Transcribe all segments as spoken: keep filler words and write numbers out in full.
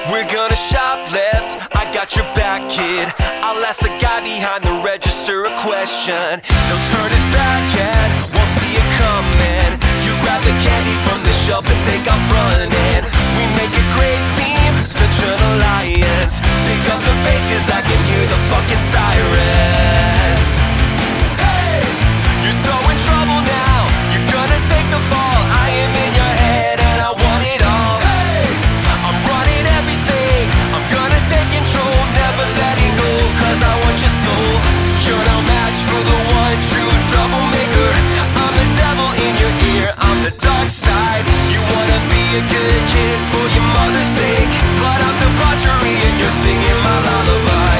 We're gonna shoplift, I got your back, kid. I'll ask the guy behind the register a question. He'll turn his back and won't see it coming. You grab the candy from the shelf and take off running. We make a great team, such an alliance. Pick up the bass cause I can hear the fucking sirens. Hey, you're so in trouble now, you're gonna take the fall. I am in your head and I want it all. Hey, I'm running everything, I'm gonna take control, never letting go, cause I want your soul. You're no match for the one true troublemaker. I'm the devil in your ear, I'm the dark side. You wanna be a good kid for your mother's sake, but I'm debauchery and you're singing my lullaby.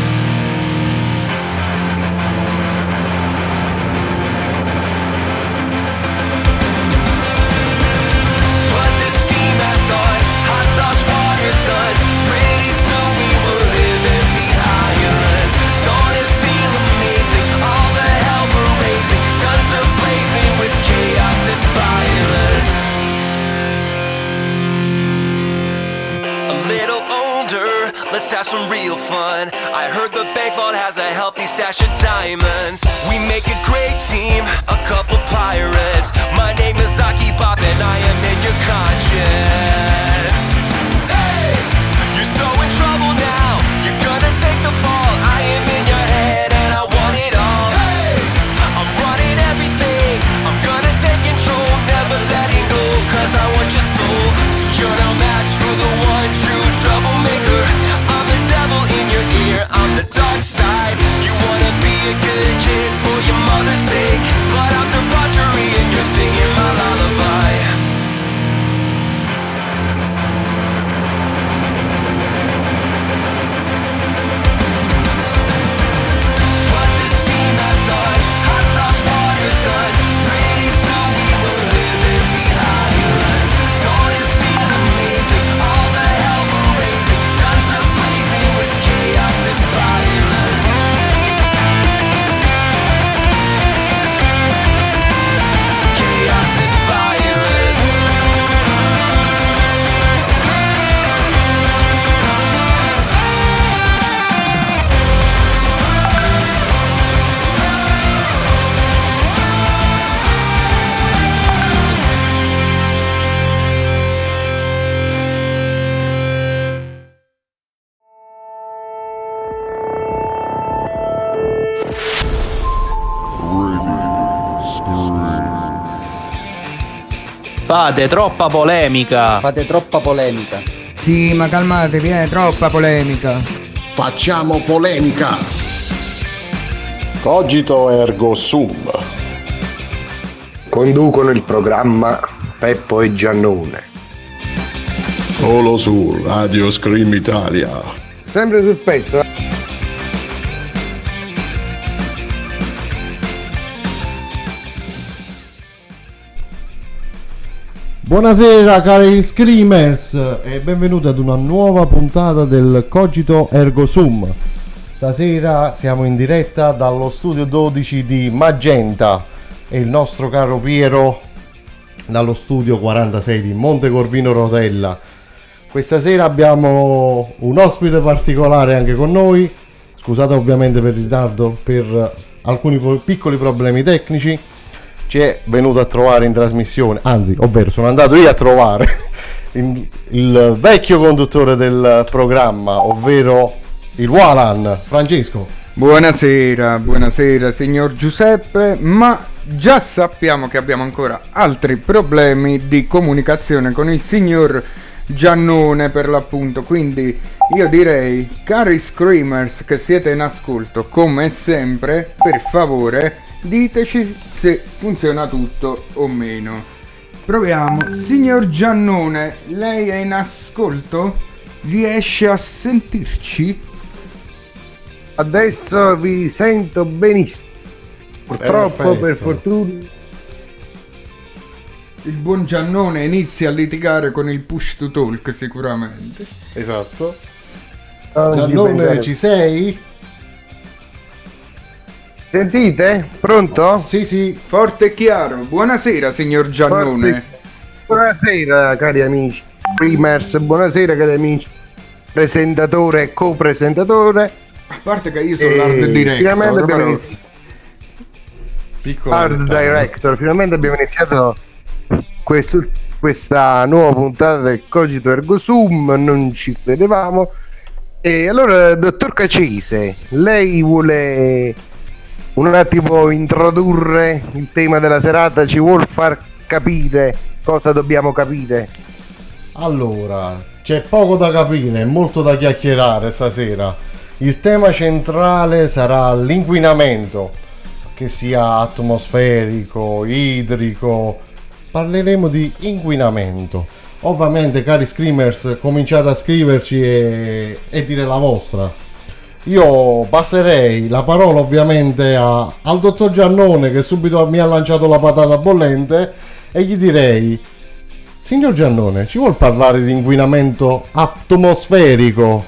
But this scheme has gone, hot sauce water guns. Pretty soon we will live in the islands. Don't it feel amazing, all the hell we're raising. Guns are blazing with chaos and violence. A little older, let's have some real fun. I heard the bank vault has a healthy stash of diamonds. We make a great team, a couple pirates. My name is Aki Pop and I am in your conscience. Hey, you're so in trouble now, you're gonna take the fall. I am in your head and I want it all. Hey, I'm running everything, I'm gonna take control, never letting go, cause I want your soul. You're no match for the one true troublemaker. I'm the devil in your ear, I'm the dark side. You wanna be a good kid for your mother's sake, but I'm debauchery and you're singing my lullaby. But this scheme has gone, hot sauce water guns. Pretty soon we will live in the islands. Don't it feel amazing, all the hell we're raising. Guns are blazing with chaos and violence. Chaos and violence. Fate troppa polemica. Fate troppa polemica. Sì, ma calmatevi, è troppa polemica. Facciamo polemica. Cogito ergo sum. Conducono il programma Peppo e Giannone. Solo su Radio Scream Italia. Sempre sul pezzo. eh? Buonasera cari Screamers e benvenuti ad una nuova puntata del Cogito Ergo Sum. Stasera siamo in diretta dallo studio dodici di Magenta e il nostro caro Piero dallo studio quarantasei di Monte Corvino Rotella. Questa sera abbiamo un ospite particolare anche con noi. Scusate ovviamente per il ritardo, per alcuni po- piccoli problemi tecnici. Ci è venuto a trovare in trasmissione, anzi, ovvero sono andato io a trovare il, il vecchio conduttore del programma, ovvero il Walan, Francesco. Buonasera, buonasera signor Giuseppe, ma già sappiamo che abbiamo ancora altri problemi di comunicazione con il signor Giannone per l'appunto, quindi io direi, cari Screamers che siete in ascolto, come sempre, per favore diteci se funziona tutto o meno. Proviamo. Signor Giannone, lei è in ascolto? Riesce a sentirci? Adesso vi sento benissimo. Purtroppo, Perfetto. per fortuna. Il buon Giannone inizia a litigare con il push to talk sicuramente. Esatto. Non Giannone, dipende- ci sei? Sentite? Pronto? Sì, sì. Forte e chiaro. Buonasera signor Giannone. Buonasera cari amici Screamers, buonasera cari amici presentatore e co-presentatore. A parte che io sono l'art director. Finalmente abbiamo però... iniziato. Piccola Art dettaglio. director, finalmente abbiamo iniziato questo, questa nuova puntata del Cogito Ergo Sum, non ci credevamo. E allora, dottor Cacese, lei vuole un attimo introdurre il tema della serata, ci vuol far capire cosa dobbiamo capire? Allora, c'è poco da capire e molto da chiacchierare stasera. Il tema centrale sarà l'inquinamento, che sia atmosferico, idrico. Parleremo di inquinamento. Ovviamente, cari screamers, cominciate a scriverci e, e dire la vostra. Io passerei la parola ovviamente a, al dottor Giannone, che subito mi ha lanciato la patata bollente, e gli direi: signor Giannone, ci vuol parlare di inquinamento atmosferico?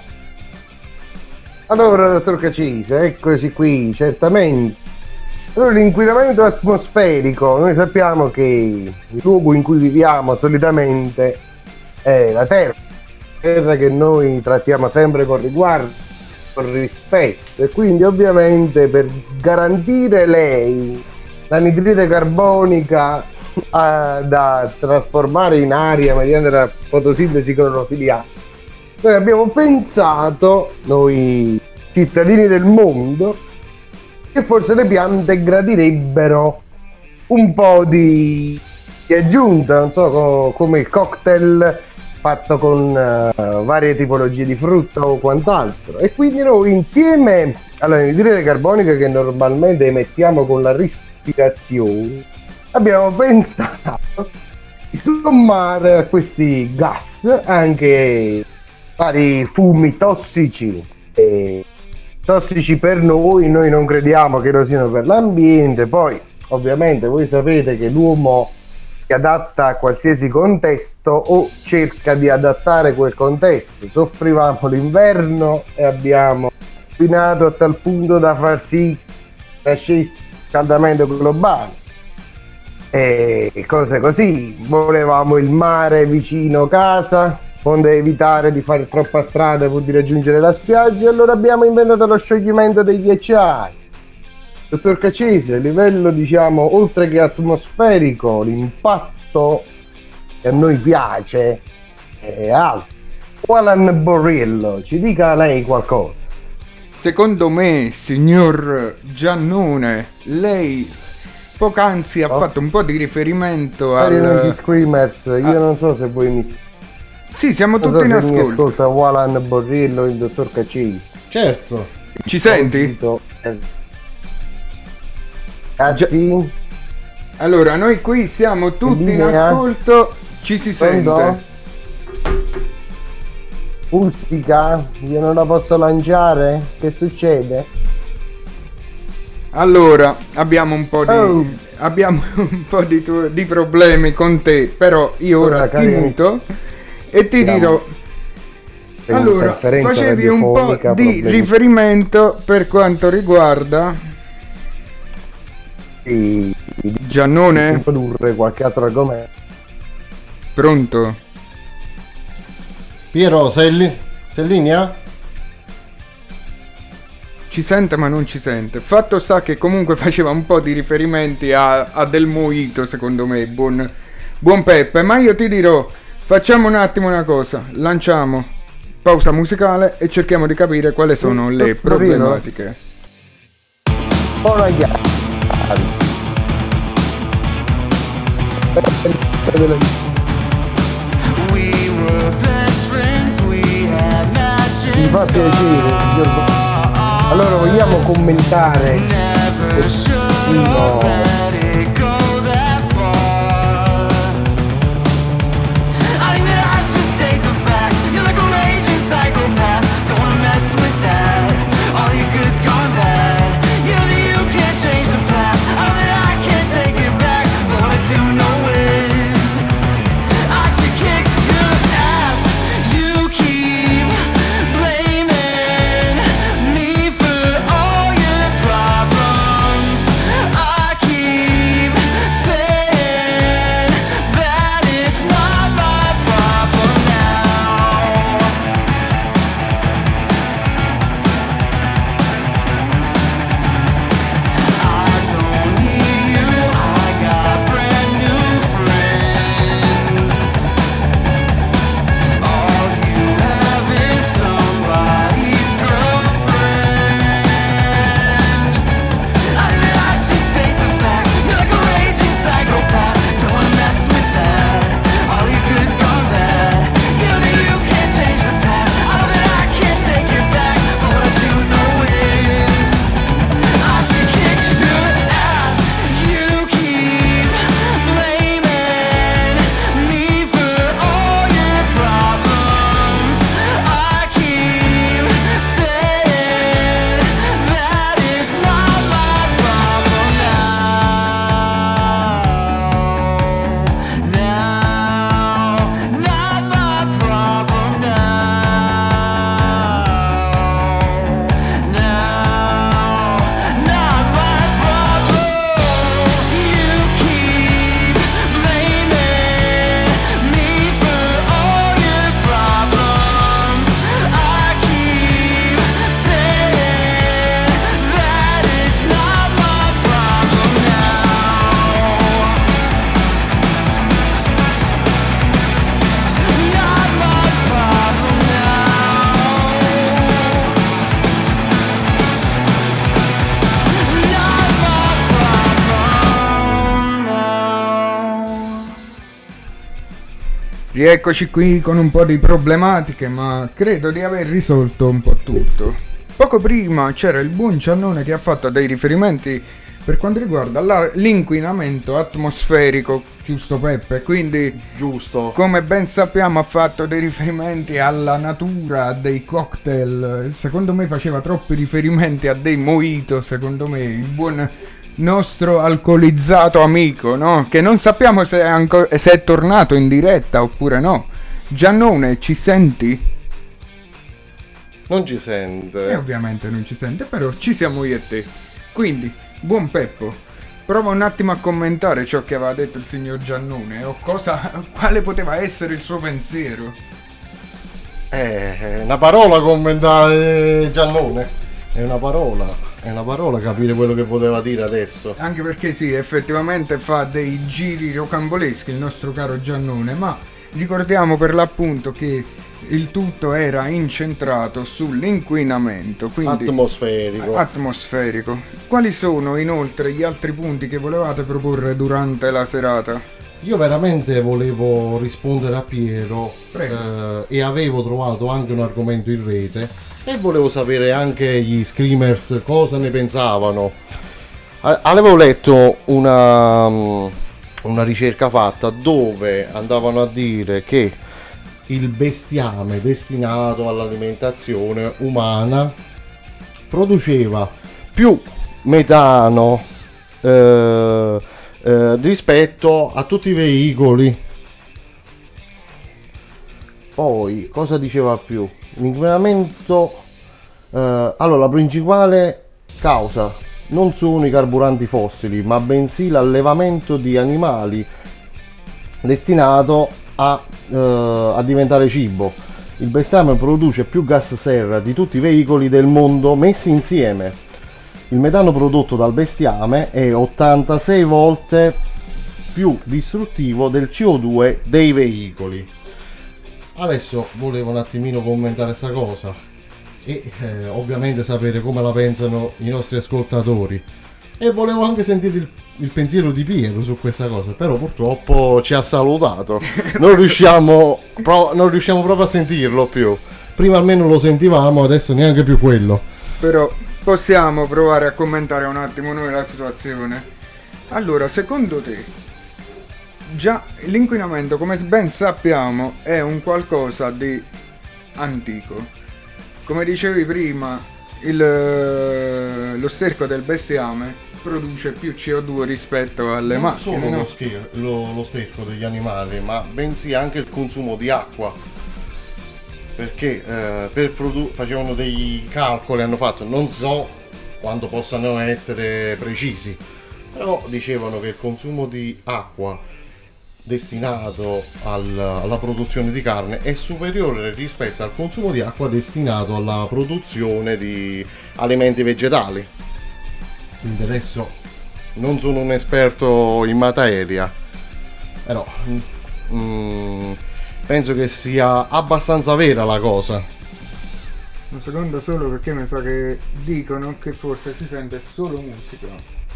Allora, dottor Cacese, eccoci qui, certamente. Allora, l'inquinamento atmosferico, noi sappiamo che il luogo in cui viviamo solitamente è la Terra, terra che noi trattiamo sempre con riguardo, con rispetto, e quindi ovviamente per garantire lei l'anidride carbonica eh, da trasformare in aria mediante la fotosintesi clorofiliale, noi abbiamo pensato, noi cittadini del mondo, che forse le piante gradirebbero un po' di, di aggiunta, non so, co- come il cocktail fatto con uh, varie tipologie di frutta o quant'altro. E quindi noi, insieme all'anidride carbonica che normalmente emettiamo con la respirazione, abbiamo pensato di sommare a questi gas anche vari fumi tossici e tossici per noi, noi non crediamo che lo siano per l'ambiente. Poi ovviamente voi sapete che l'uomo si adatta a qualsiasi contesto o cerca di adattare quel contesto. Soffrivamo l'inverno e abbiamo inquinato a tal punto da far sì che nascesse il riscaldamento globale e cose così. Volevamo il mare vicino casa, onde evitare di fare troppa strada pur di raggiungere la spiaggia, allora abbiamo inventato lo scioglimento dei ghiacciai. Dottor Cacese, a livello, diciamo, oltre che atmosferico, l'impatto che a noi piace è alto. Alan Borrillo, ci dica lei qualcosa. Secondo me, signor Giannone, lei poc'anzi ha Oh. fatto un po' di riferimento Cari amici al... Screamers, io Ah. non so se voi mi, Sì, siamo non tutti so in se mi ascolto. ascolta Walan Borrillo, il dottor Cacese. Certo. Ci senti? Cazzi? Allora, noi qui siamo tutti in linea? ascolto, ci si Pronto? sente. Musica? Io non la posso lanciare? Che succede? Allora, abbiamo un po' di Oh. abbiamo un po' di, tu- di problemi con te, però io ora Ora, ti cari- muto e ti Siamo- dirò. C'è Allora, interferenza facevi un po' radiofonica, di problemi riferimento per quanto riguarda di, di Giannone? introdurre qualche altro argomento. Pronto? Piero, sei lì? Sei in linea? Ci sente ma non ci sente. Fatto sta che comunque faceva un po' di riferimenti a, a del mojito, secondo me, buon, buon Peppe. Ma io ti dirò, facciamo un attimo una cosa, lanciamo pausa musicale e cerchiamo di capire quali sono le problematiche. Ora chiaro. We were best friends, we had Mi fa matches. piacere, signor Bo- Allora vogliamo commentare Never should No. have let it go that far. I think that I should state the facts. You're like a raging psychopath. Don't wanna mess with that. All your good's gone bad. You know that you can't change the past. I know that I can't take it back. But what I do know is I should kick your ass. You keep blaming me for all your problems. I keep Rieccoci qui con un po' di problematiche, ma credo di aver risolto un po' tutto. Poco prima c'era il buon Ciannone che ha fatto dei riferimenti per quanto riguarda la, l'inquinamento atmosferico, giusto Peppe? Quindi, giusto, come ben sappiamo, ha fatto dei riferimenti alla natura, a dei cocktail. Secondo me faceva troppi riferimenti a dei mojito, secondo me, il buon nostro alcolizzato amico, no? Che non sappiamo se è, anco- se è tornato in diretta oppure no. Giannone, ci senti? non ci sente. E ovviamente non ci sente, però ci siamo io e te. Quindi, buon Peppo, prova un attimo a commentare ciò che aveva detto il signor Giannone, o cosa, quale poteva essere il suo pensiero. Eh, una parola commentare Giannone. È una parola, è una parola capire quello che poteva dire adesso. Anche perché sì, effettivamente fa dei giri rocamboleschi il nostro caro Giannone, ma ricordiamo per l'appunto che il tutto era incentrato sull'inquinamento, quindi Atmosferico. atmosferico. Quali sono inoltre gli altri punti che volevate proporre durante la serata? Io veramente volevo rispondere a Piero eh, e avevo trovato anche un argomento in rete e volevo sapere anche gli screamers cosa ne pensavano. A- avevo letto una, una ricerca fatta dove andavano a dire che il bestiame destinato all'alimentazione umana produceva più metano eh, eh, rispetto a tutti i veicoli. Poi cosa diceva più? L'inquinamento eh, allora la principale causa non sono i carburanti fossili, ma bensì l'allevamento di animali destinato a, eh, a diventare cibo. Il bestiame produce più gas serra di tutti i veicoli del mondo messi insieme. Il metano prodotto dal bestiame è ottantasei volte più distruttivo del C O due dei veicoli. Adesso volevo un attimino commentare questa cosa e eh, ovviamente sapere come la pensano i nostri ascoltatori. E volevo anche sentire il, il pensiero di Piero su questa cosa, però purtroppo ci ha salutato. Non riusciamo, pro, non riusciamo proprio a sentirlo più. Prima almeno lo sentivamo, adesso neanche più quello. Però possiamo provare a commentare un attimo noi la situazione. Allora, secondo te, già l'inquinamento, come ben sappiamo, è un qualcosa di antico. Come dicevi prima, il, lo sterco del bestiame produce più C O due rispetto alle non macchine. solo No? lo, scher- lo, lo sterco degli animali, ma bensì anche il consumo di acqua. Perché eh, per produ- facevano dei calcoli, hanno fatto, non so quanto possano essere precisi, però dicevano che il consumo di acqua destinato al, alla produzione di carne è superiore rispetto al consumo di acqua destinato alla produzione di alimenti vegetali. Quindi adesso non sono un esperto in materia, però mm, penso che sia abbastanza vera la cosa. Un secondo solo, perché mi sa che dicono che forse si sente solo musica.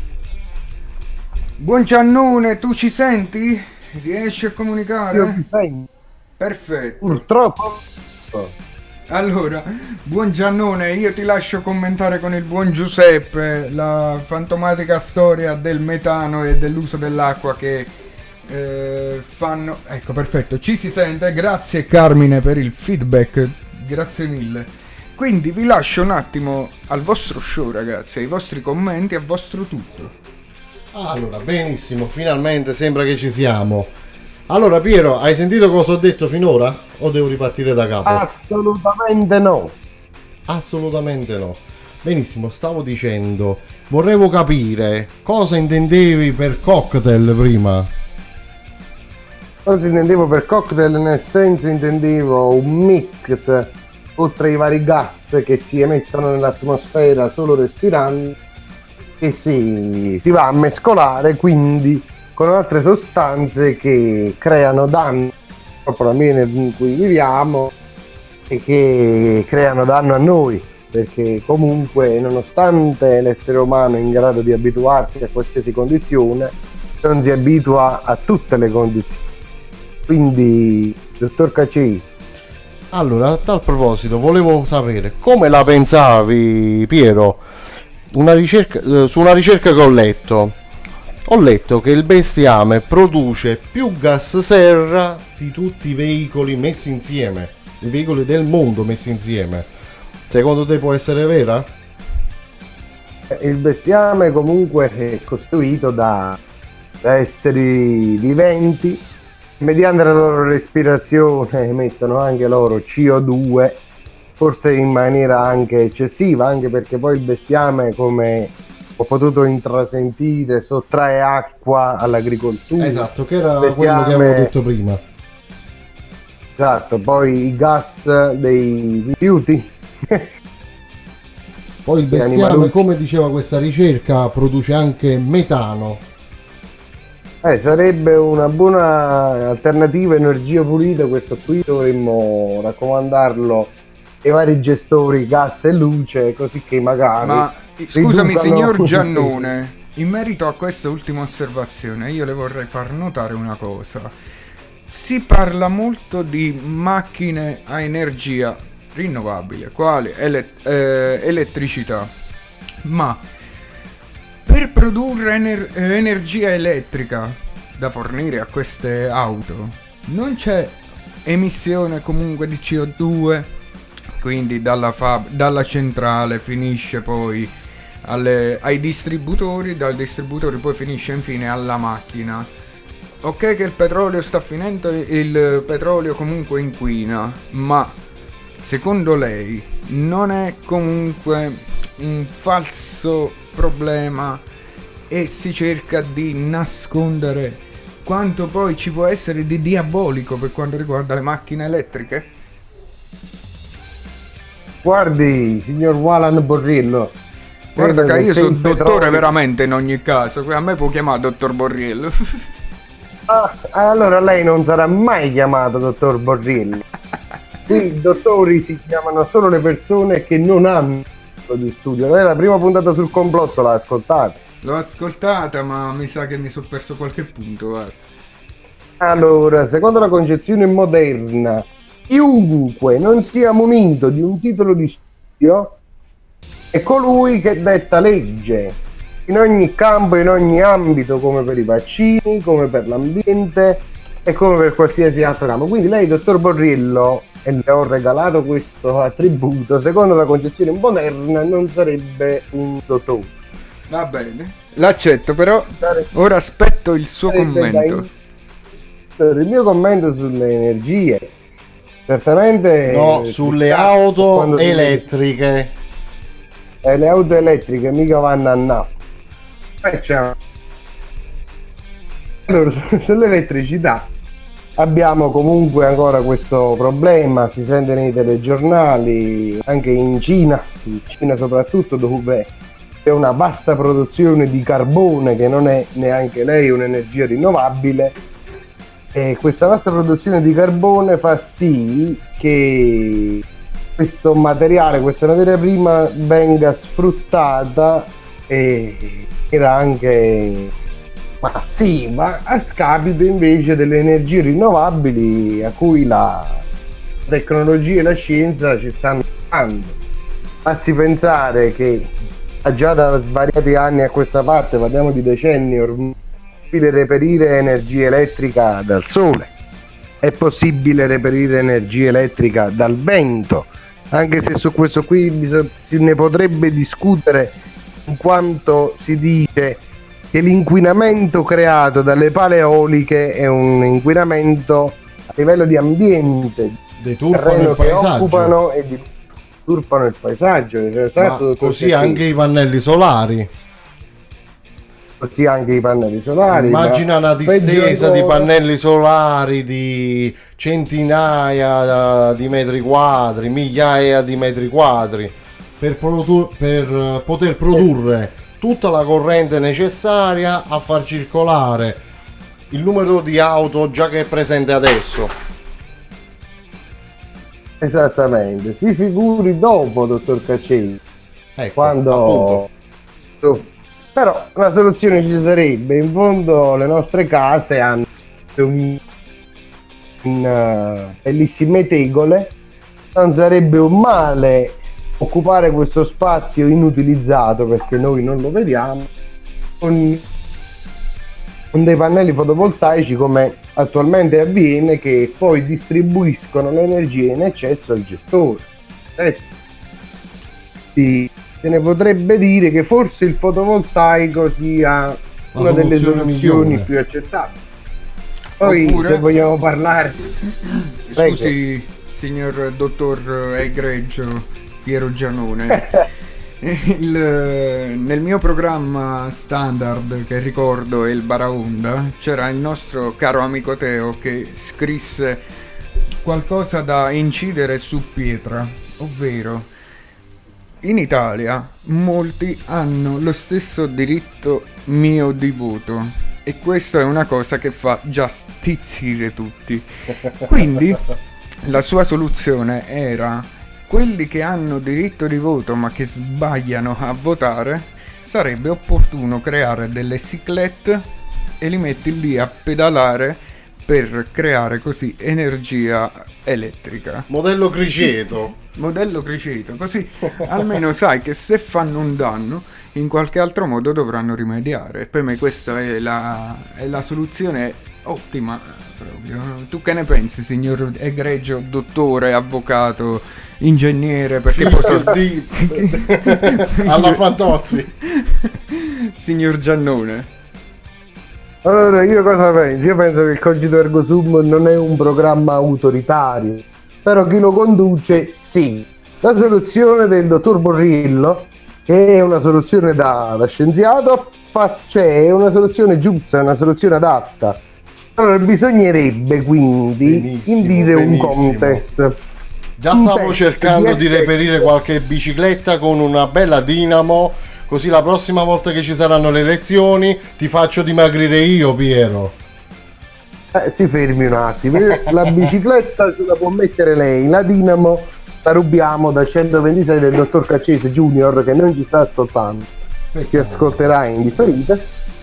Buon Giannone, tu ci senti? Riesci a comunicare? Io mi sento, Perfetto. purtroppo. Allora, buon Giannone, io ti lascio commentare con il buon Giuseppe la fantomatica storia del metano e dell'uso dell'acqua che eh, fanno... Ecco, perfetto, ci si sente. Grazie Carmine per il feedback, grazie mille. Quindi vi lascio un attimo al vostro show, ragazzi, ai vostri commenti, al vostro tutto. Allora, benissimo, finalmente sembra che ci siamo. Allora Piero, hai sentito cosa ho detto finora? O devo ripartire da capo? Assolutamente no. Assolutamente no. Benissimo, stavo dicendo, vorrevo capire cosa intendevi per cocktail prima. Cosa intendevo per cocktail? Nel senso intendevo un mix oltre i vari gas che si emettono nell'atmosfera solo respirando, che si, si va a mescolare quindi con altre sostanze che creano danno proprio all'ambiente in cui viviamo e che creano danno a noi, perché comunque nonostante l'essere umano è in grado di abituarsi a qualsiasi condizione, non si abitua a tutte le condizioni. Quindi, dottor Caccese. Allora, a tal proposito, volevo sapere come la pensavi, Piero, una ricerca, eh, su una ricerca che ho letto. Ho letto che il bestiame produce più gas serra di tutti i veicoli messi insieme, i veicoli del mondo messi insieme. Secondo te può essere vera? Il bestiame comunque è costituito da, da esseri viventi, mediante la loro respirazione emettono anche loro C O due, forse in maniera anche eccessiva, anche perché poi il bestiame, come ho potuto intrasentire, sottrae acqua all'agricoltura. Esatto, che era bestiame... quello che avevo detto prima. Esatto, poi i gas dei rifiuti. Poi il bestiame, come diceva questa ricerca, produce anche metano. Eh, sarebbe una buona alternativa energia pulita, questo qui dovremmo raccomandarlo ai vari gestori gas e luce, così che magari... Ma scusami riducano... signor Giannone, in merito a questa ultima osservazione io le vorrei far notare una cosa. Si parla molto di macchine a energia rinnovabile, quale ele- eh, elettricità, ma per produrre ener- energia elettrica da fornire a queste auto non c'è emissione comunque di C O due, quindi dalla, fab- dalla centrale finisce poi alle- ai distributori, dal distributore poi finisce infine alla macchina. Ok che il petrolio sta finendo, il petrolio comunque inquina, ma secondo lei non è comunque un falso problema e si cerca di nascondere quanto poi ci può essere di diabolico per quanto riguarda le macchine elettriche? Guardi, signor Walan Borrillo, Guarda che io sono dottore petrolio... veramente in ogni caso, a me può chiamare dottor Borrillo. Ah, allora lei non sarà mai chiamato dottor Borrillo. Qui i dottori si chiamano solo le persone che non hanno di studio. Lei la prima puntata sul complotto l'ha ascoltata? L'ho ascoltata, ma mi sa che mi sono perso qualche punto, guarda. Allora, secondo la concezione moderna, chiunque non sia munito di un titolo di studio è colui che detta legge in ogni campo, in ogni ambito, come per i vaccini, come per l'ambiente e come per qualsiasi altro campo. Quindi lei, dottor Borrillo, e le ho regalato questo attributo, secondo la concezione moderna non sarebbe un dottore. Va bene, l'accetto, però ora aspetto il suo commento. Il mio commento sulle energie, certamente... No, sulle auto elettriche. Eh, le auto elettriche mica vanno a nafta. Poi c'è... Allora, sull'elettricità abbiamo comunque ancora questo problema, si sente nei telegiornali, anche in Cina, in Cina soprattutto, dove c'è una vasta produzione di carbone che non è neanche lei un'energia rinnovabile, e questa vasta produzione di carbone fa sì che questo materiale, questa materia prima venga sfruttata e era anche massiva a scapito invece delle energie rinnovabili a cui la tecnologia e la scienza ci stanno dando. Basti pensare che già da svariati anni a questa parte, parliamo di decenni ormai, è possibile reperire energia elettrica dal sole, è possibile reperire energia elettrica dal vento, anche se su questo qui bisog- si ne potrebbe discutere, in quanto si dice che l'inquinamento creato dalle pale eoliche è un inquinamento a livello di ambiente, deturpano il che paesaggio, occupano e deturpano il paesaggio. Esatto, così anche i pannelli solari. Così anche i pannelli solari. Immagina una distesa di pannelli solari di centinaia di metri quadri, migliaia di metri quadri, per, produ- per poter produrre tutta la corrente necessaria a far circolare il numero di auto già che è presente adesso. Esattamente, si figuri dopo, dottor Caccini, ecco, quando appunto. Però la soluzione ci sarebbe, in fondo le nostre case hanno un in uh, bellissime tegole, non sarebbe un male occupare questo spazio inutilizzato, perché noi non lo vediamo, con, con dei pannelli fotovoltaici, come attualmente avviene, che poi distribuiscono l'energia in eccesso al gestore. Eh, sì, se ne potrebbe dire che forse il fotovoltaico sia La una delle soluzione soluzioni migliore. più accettabili. Poi Oppure- se vogliamo parlare, Scusi, signor dottor egregio Piero Giannone, il, nel mio programma standard, che ricordo è il Baraonda, c'era il nostro caro amico Teo che scrisse qualcosa da incidere su pietra, ovvero: in Italia molti hanno lo stesso diritto mio di voto, e questa è una cosa che fa già stizzire tutti. Quindi la sua soluzione era: quelli che hanno diritto di voto ma che sbagliano a votare, sarebbe opportuno creare delle ciclette e li metti lì a pedalare per creare così energia elettrica. Modello Criceto. Modello Criceto, così almeno sai che se fanno un danno in qualche altro modo dovranno rimediare. Per me questa è la, è la soluzione ottima proprio. Tu che ne pensi, signor egregio dottore, avvocato, ingegnere, perché posso Di- alla Fantozzi. signor Giannone? allora io cosa penso? Io penso che il Cogito Ergo Sum non è un programma autoritario, però chi lo conduce sì. La soluzione del dottor Borrillo, che è una soluzione da, da scienziato, fa, cioè è una soluzione giusta, è una soluzione adatta. Allora bisognerebbe quindi Benissimo, indire un benissimo. contest. Già Un stavo test cercando di di reperire qualche bicicletta con una bella dinamo, così la prossima volta che ci saranno le elezioni ti faccio dimagrire io, Piero. Eh, si fermi un attimo, la bicicletta ce la può mettere lei, la dinamo la rubiamo da centoventisei del dottor Caccese Junior, che non ci sta ascoltando, ci ascolterà in differita.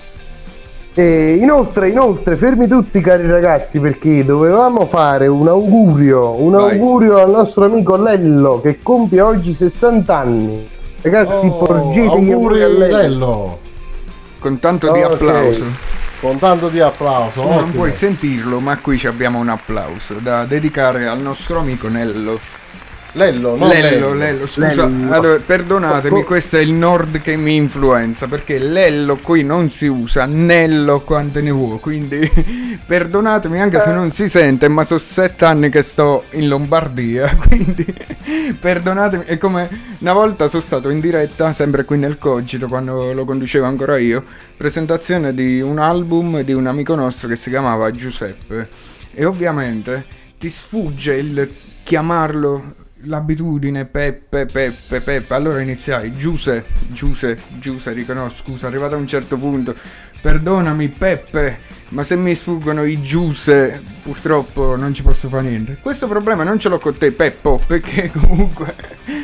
E inoltre, inoltre, fermi tutti cari ragazzi, perché dovevamo fare un augurio, un Vai. augurio al nostro amico Lello, che compie oggi sessanta anni. Ragazzi, Oh, porgete gli auguri auguri a Lello. Lello, Con tanto di Ok. applauso. con tanto di applauso. Tu non ottimo. puoi sentirlo, ma qui ci abbiamo un applauso da dedicare al nostro amico Nello. Lello, no Lello, Lello, scusa, Lello. allora, perdonatemi, Co- questo è il nord che mi influenza, perché Lello qui non si usa, Nello quante ne vuoi, quindi perdonatemi anche se non si sente, ma sono sette anni che sto in Lombardia, quindi perdonatemi. È come una volta sono stato in diretta, sempre qui nel Cogito, quando lo conducevo ancora io, presentazione di un album di un amico nostro che si chiamava Giuseppe, e ovviamente ti sfugge il chiamarlo, l'abitudine Peppe, Peppe, Peppe. Allora iniziai Giuse, Giuse, Giuse, dico no scusa, arrivato a un certo punto, perdonami Peppe, ma se mi sfuggono i Giuse purtroppo non ci posso fare niente. Questo problema non ce l'ho con te Peppo, perché comunque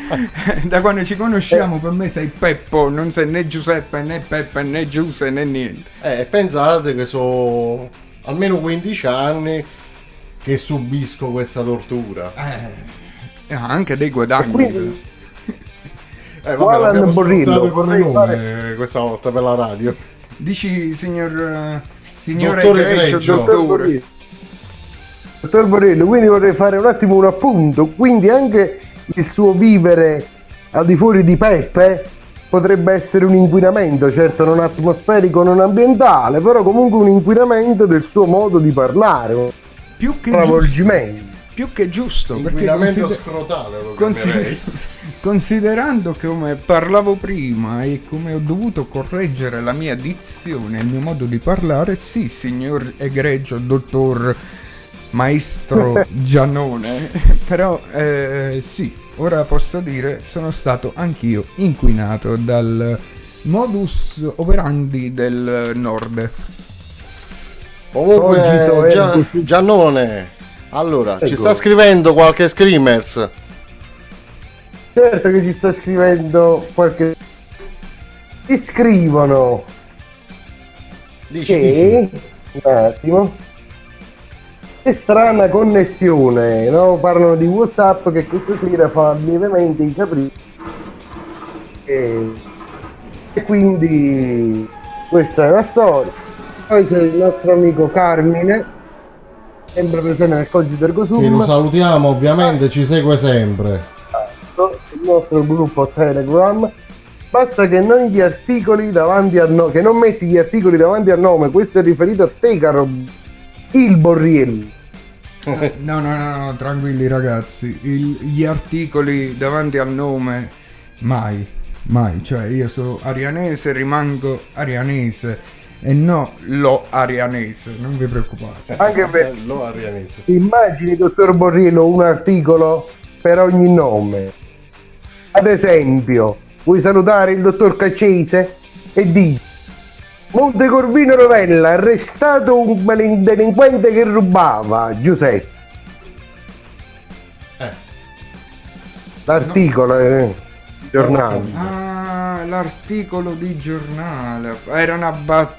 da quando ci conosciamo per me sei Peppo, non sei né Giuseppe né Peppe né Giuse né niente. Eh, pensate che sono almeno quindici anni che subisco questa tortura. Eh, ha anche dei guadagni. Quindi- Eh, vabbè, Alan l'abbiamo Borrillo, sfruttato con vorrei il nome questa volta per la radio. Dici signor eh, signore Dottore egregio, egregio. dottore. Dottor Borrillo, quindi vorrei fare un attimo un appunto, quindi anche il suo vivere al di fuori di Peppe potrebbe essere un inquinamento, certo non atmosferico, non ambientale, però comunque un inquinamento del suo modo di parlare, un Più che giusto, stravolgimento. più che giusto, perché Inquinamento consider- scrotale lo consider- chiamerei. considerando come parlavo prima e come ho dovuto correggere la mia dizione, il mio modo di parlare, sì, signor egregio, dottor maestro Giannone, però eh, sì, ora posso dire, sono stato anch'io inquinato dal modus operandi del nord. Comunque, Cogito Gia- ergo sum. Giannone, allora, ci Ecco. sta scrivendo qualche screamers. Certo che ci sta scrivendo qualche... Ti scrivono Dici, dici. che... Un attimo. che strana connessione, no? Parlano di WhatsApp che questa sera fa lievemente i capricci e, e quindi questa è la storia. Poi c'è il nostro amico Carmine, sempre presente nel Cogito Ergo Sum. Che lo salutiamo, ovviamente ci segue sempre. Il nostro gruppo Telegram. Basta che non gli articoli davanti al nome, che non metti gli articoli davanti al nome, questo è riferito a te, caro il Borriello. No, no, no, no, tranquilli ragazzi, il, gli articoli davanti al nome mai, mai, cioè io sono arianese, rimango arianese e no lo arianese, non vi preoccupate. Anche per lo arianese. immagini, dottor Borriello, un articolo per ogni nome. Ad esempio, vuoi salutare il dottor Caccese e dici: Montecorvino Rovella, arrestato un malin- delinquente che rubava Giuseppe. Eh. L'articolo eh, giornale. Ah, l'articolo di giornale, era una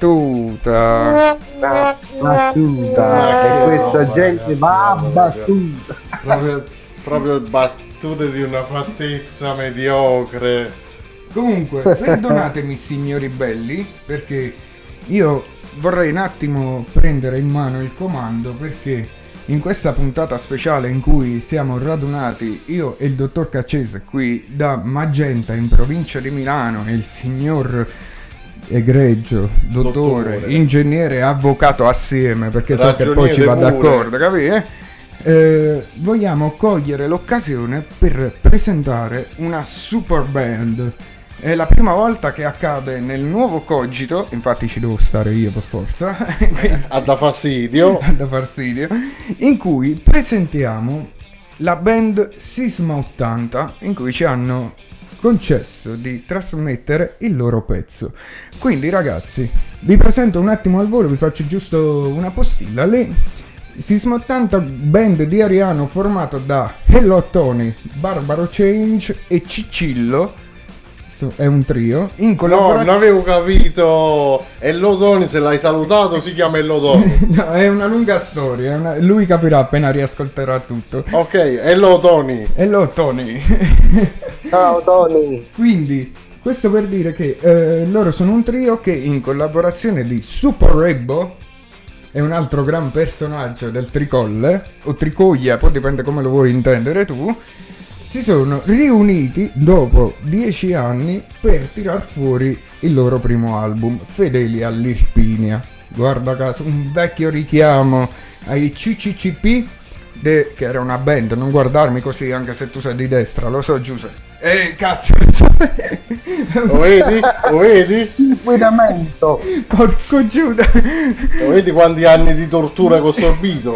battuta. Una battuta, e questa roba, gente ragazzi, va a mamma battuta. Proprio, proprio battute di una fattezza mediocre. Comunque, perdonatemi signori belli, perché io vorrei un attimo prendere in mano il comando, perché in questa puntata speciale in cui siamo radunati io e il dottor Caccese qui da Magenta in provincia di Milano e il signor egregio, dottore, Dottore. ingegnere, avvocato assieme, perché so che poi ci va Ragioniere pure. d'accordo, capite? Eh, vogliamo cogliere l'occasione per presentare una super band. È la prima volta che accade nel nuovo Cogito, infatti ci devo stare io per forza, quindi- Ha da fastidio. da fastidio, in cui presentiamo la band Sisma ottanta, in cui ci hanno concesso di trasmettere il loro pezzo. Quindi ragazzi, vi presento un attimo al volo, vi faccio giusto una postilla lì. Sisma ottanta, band di Ariano formato da Hello Tony, Barbaro Change e Cicillo. È un trio in No, collaborazione. non avevo capito. E Lodoni, se l'hai salutato, si chiama Lodoni. No, è una lunga storia, è una- lui capirà appena riascolterà tutto. Ok, e Lodoni. Hello Tony. Ciao Tony. Quindi, questo per dire che eh, loro sono un trio che in collaborazione di Super Rebbo è un altro gran personaggio del Tricolle, o Tricoglia, poi dipende come lo vuoi intendere tu, si sono riuniti dopo dieci anni per tirar fuori il loro primo album, Fedeli all'Irpinia. Guarda caso, un vecchio richiamo ai C C C P, de- che era una band, non guardarmi così anche se tu sei di destra, lo so Giuseppe. Eh, cazzo, Lo vedi? Lo vedi? Inquinamento. porco Giuda. Lo vedi quanti anni di tortura che ho sorbito?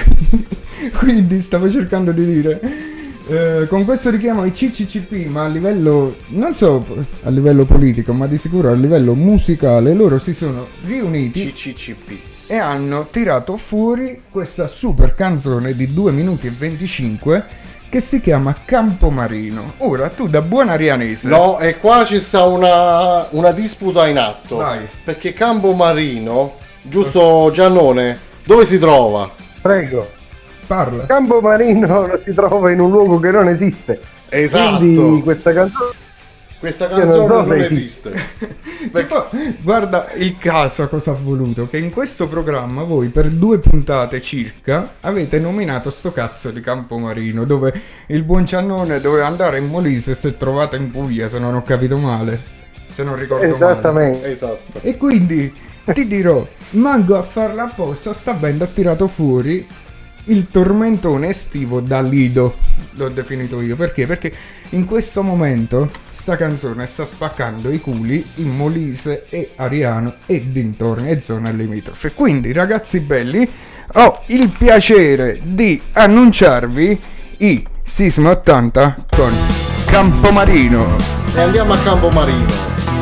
Quindi stavo cercando di dire, eh, con questo richiamo ai C C C P, ma a livello, non so a livello politico, ma di sicuro a livello musicale, loro si sono riuniti C C C P. e hanno tirato fuori questa super canzone di due minuti e venticinque che si chiama Campomarino. Ora tu da buon arianese, No, e qua ci sta una, una disputa in atto. Vai. Perché Campomarino, giusto Giannone, dove si trova? Prego. parla. Campomarino si trova in un luogo che non esiste. Esatto. Quindi questa canzone Questa Io non canzone so non, se esiste. Tipo, guarda il caso cosa ha voluto, che in questo programma voi per due puntate circa avete nominato sto cazzo di Campomarino, dove il buon Ciannone doveva andare in Molise e si è trovato in Puglia, se non ho capito male, se non ricordo male. esattamente. Esatto. E quindi ti dirò, manco a farla apposta, sta band ha tirato fuori il tormentone estivo da Lido, l'ho definito io. Perché? Perché in questo momento sta canzone sta spaccando i culi in Molise e Ariano e dintorni e zone limitrofe. Quindi ragazzi belli, ho il piacere di annunciarvi i Sisma ottanta con Campomarino. E andiamo a Campomarino.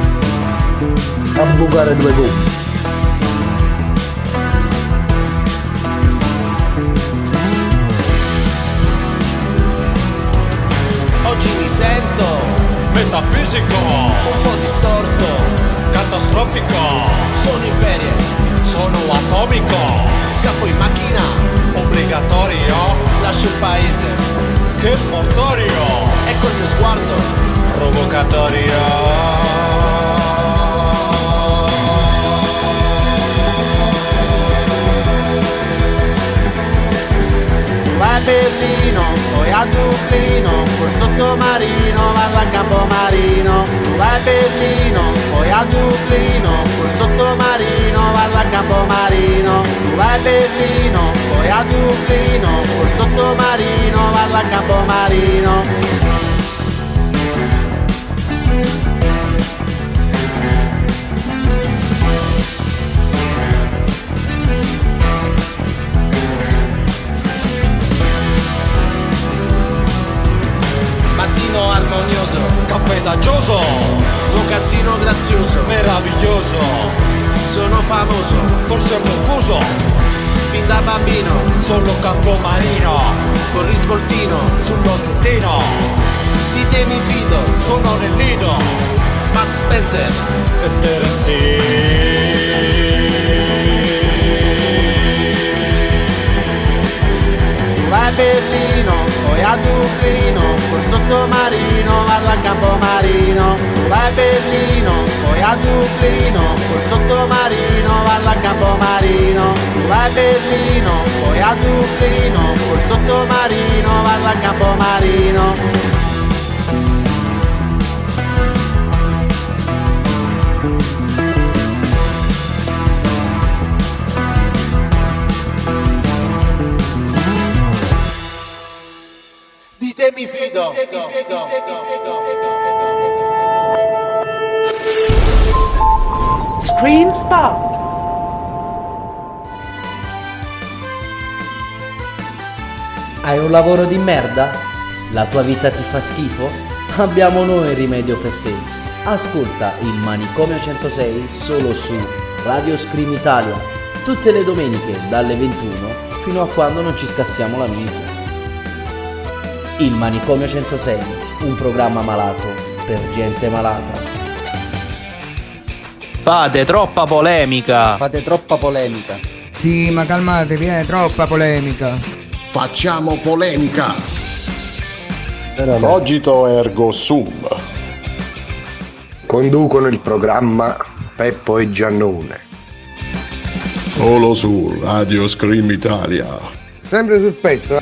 A bucare due gommi. Oggi mi sento Metafisico, un po' distorto, catastrofico, sono in ferie, Sono atomico. Scappo in macchina. Obbligatorio. Lascio il paese. Che motorio. Ecco il mio sguardo. Provocatorio. Vai a Berlino, poi a Dublino, col sottomarino, va a Campomarino. Vai a Berlino, poi a Dublino, col sottomarino, va a Campomarino. Vai a Berlino, poi a Dublino, col sottomarino, va a Campomarino. Mattino armonioso, caffè dagioso, mocassino grazioso, meraviglioso. Sono famoso, forse ho confuso. Fin da bambino, sono Campomarino, con risvoltino sullo slittino. Di te mi fido, sono nel nido. Max Spencer e Terence. Vai a Berlino, poi a Dublino, col sottomarino, vado a Campomarino. Vai a Berlino, poi a Dublino, col sottomarino, vado a Campomarino. Vai a Berlino, poi a Dublino, col sottomarino, vado a Campomarino. Di te mi fido. Screen Spot. Hai un lavoro di merda? La tua vita ti fa schifo? Abbiamo noi il rimedio per te. Ascolta il Manicomio centosei solo su Radio Scream Italia, tutte le domeniche dalle ventuno fino a quando non ci scassiamo la mente. Il Manicomio centosei, un programma malato per gente malata. Fate troppa polemica. Fate troppa polemica. Sì, ma calmatevi, è troppa polemica. Facciamo polemica. Cogito ergo sum. Conducono il programma Peppo e Giannone. Solo su Radio Scream Italia. Sempre sul pezzo.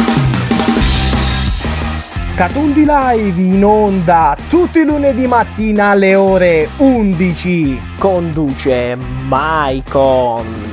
Catundi Live in onda tutti i lunedì mattina alle ore undici. Conduce Maicon.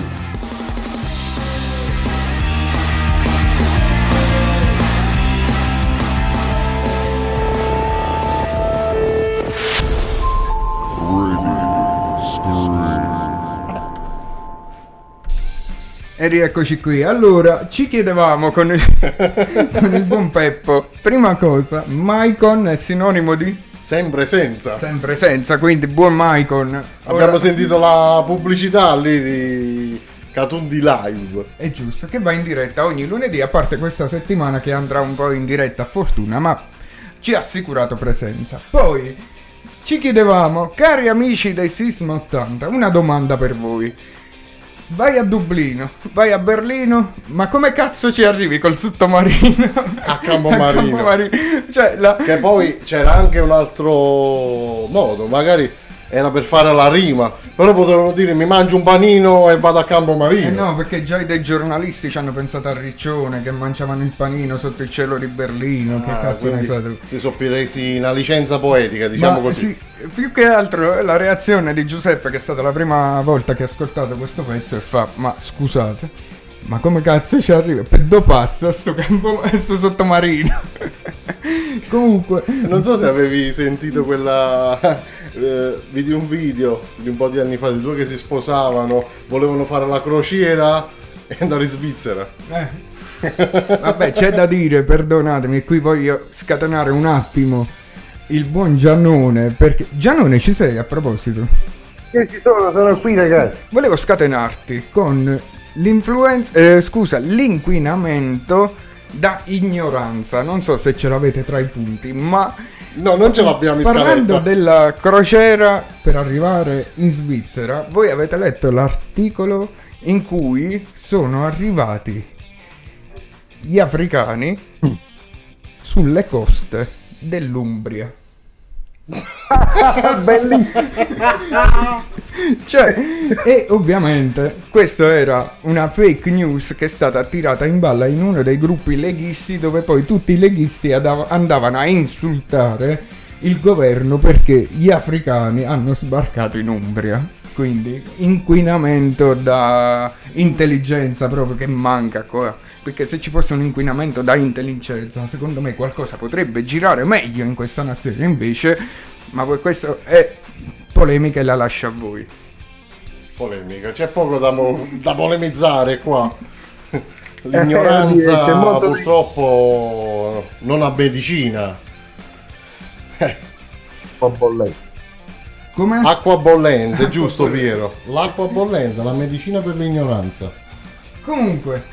E rieccoci qui. Allora, ci chiedevamo con il, con il buon Peppo, prima cosa, Maicon è sinonimo di? Sempre senza. Sempre senza, quindi buon Maicon. Abbiamo Ora, sentito la pubblicità lì di Catundi Live. è giusto, che va in diretta ogni lunedì, a parte questa settimana che andrà un po' in diretta a fortuna, ma ci ha assicurato presenza. Poi, ci chiedevamo, cari amici dei Sisma ottanta, una domanda per voi. Vai a Dublino, vai a Berlino, ma come cazzo ci arrivi col sottomarino? A Campomarino. A Campomarino. Cioè, la... Che poi c'era anche un altro modo, magari era per fare la rima, però potevano dire mi mangio un panino e vado a Campomarino. Eh no, perché già dei giornalisti ci hanno pensato a Riccione, che mangiavano il panino sotto il cielo di Berlino, che Ah, cazzo ne so tu? si sono presi una licenza poetica, diciamo Ma, così. sì, più che altro la reazione di Giuseppe, che è stata la prima volta che ha ascoltato questo pezzo, e fa, ma scusate, ma come cazzo ci arriva? Per due passa sto campo, sto sottomarino. Comunque, non so se avevi sentito quella eh, vidi un video di un po' di anni fa di due che si sposavano, volevano fare la crociera e andare in Svizzera. Eh. Vabbè, c'è da dire, perdonatemi, qui voglio scatenare un attimo il buon Giannone, perché Giannone ci sei a proposito? Che ci sono, sono qui ragazzi. Volevo scatenarti con l'influenza, eh, scusa, l'inquinamento da ignoranza. Non so se ce l'avete tra i punti, ma No, non ce l'abbiamo in Parlando scaletta. della crociera per arrivare in Svizzera, voi avete letto l'articolo in cui sono arrivati gli africani sulle coste dell'Umbria. Bellissimo. Cioè, e ovviamente questo era una fake news che è stata tirata in balla in uno dei gruppi leghisti, dove poi tutti i leghisti adav- andavano a insultare il governo perché gli africani hanno sbarcato in Umbria. Quindi inquinamento da intelligenza proprio che manca qua. Perché se ci fosse un inquinamento da intelligenza, secondo me qualcosa potrebbe girare meglio in questa nazione. Invece, ma poi questo è polemica e la lascio a voi. Polemica, c'è poco da, mo- da polemizzare qua. Eh, L'ignoranza c'è molto di- purtroppo non ha medicina. Eh, Un po' bollente. Come? acqua bollente, giusto Piero? L'acqua bollente, la medicina per l'ignoranza. Comunque,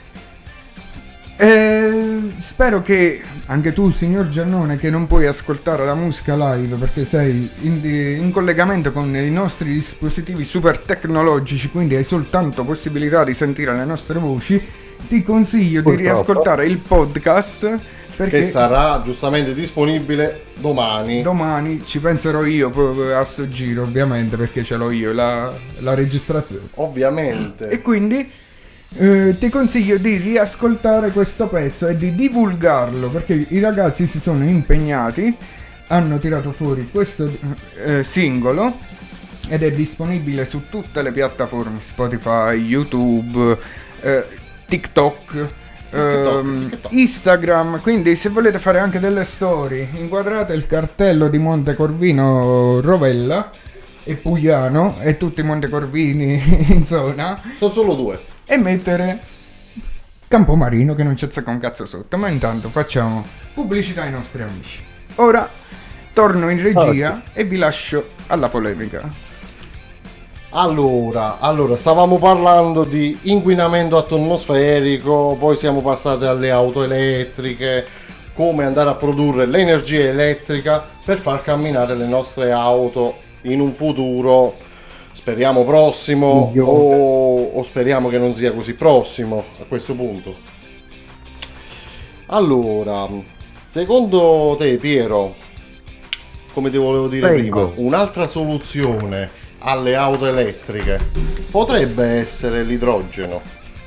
eh, spero che anche tu, signor Giannone, che non puoi ascoltare la musica live perché sei in, in collegamento con i nostri dispositivi super tecnologici, quindi hai soltanto possibilità di sentire le nostre voci, ti consiglio Purtroppo. di riascoltare il podcast perché Che sarà giustamente disponibile domani. domani ci penserò io proprio a sto giro, ovviamente, perché ce l'ho io la, la registrazione. Ovviamente. E quindi eh, ti consiglio di riascoltare questo pezzo e di divulgarlo, perché i ragazzi si sono impegnati, hanno tirato fuori questo eh, singolo ed è disponibile su tutte le piattaforme: Spotify, YouTube, eh, TikTok, ehm, TikTok. Instagram. Quindi se volete fare anche delle storie, inquadrate il cartello di Montecorvino Rovella e Pugliano e tutti i Montecorvini in zona Sono solo due. e mettere Campomarino, che non c'è un cazzo sotto. Ma intanto facciamo pubblicità ai nostri amici. Ora torno in regia e vi lascio alla polemica. Allora, allora, stavamo parlando di inquinamento atmosferico, poi siamo passati alle auto elettriche, come andare a produrre l'energia elettrica per far camminare le nostre auto in un futuro, speriamo prossimo, o, o speriamo che non sia così prossimo a questo punto. Allora, secondo te Piero, come ti volevo dire Prego. prima, un'altra soluzione alle auto elettriche potrebbe essere l'idrogeno?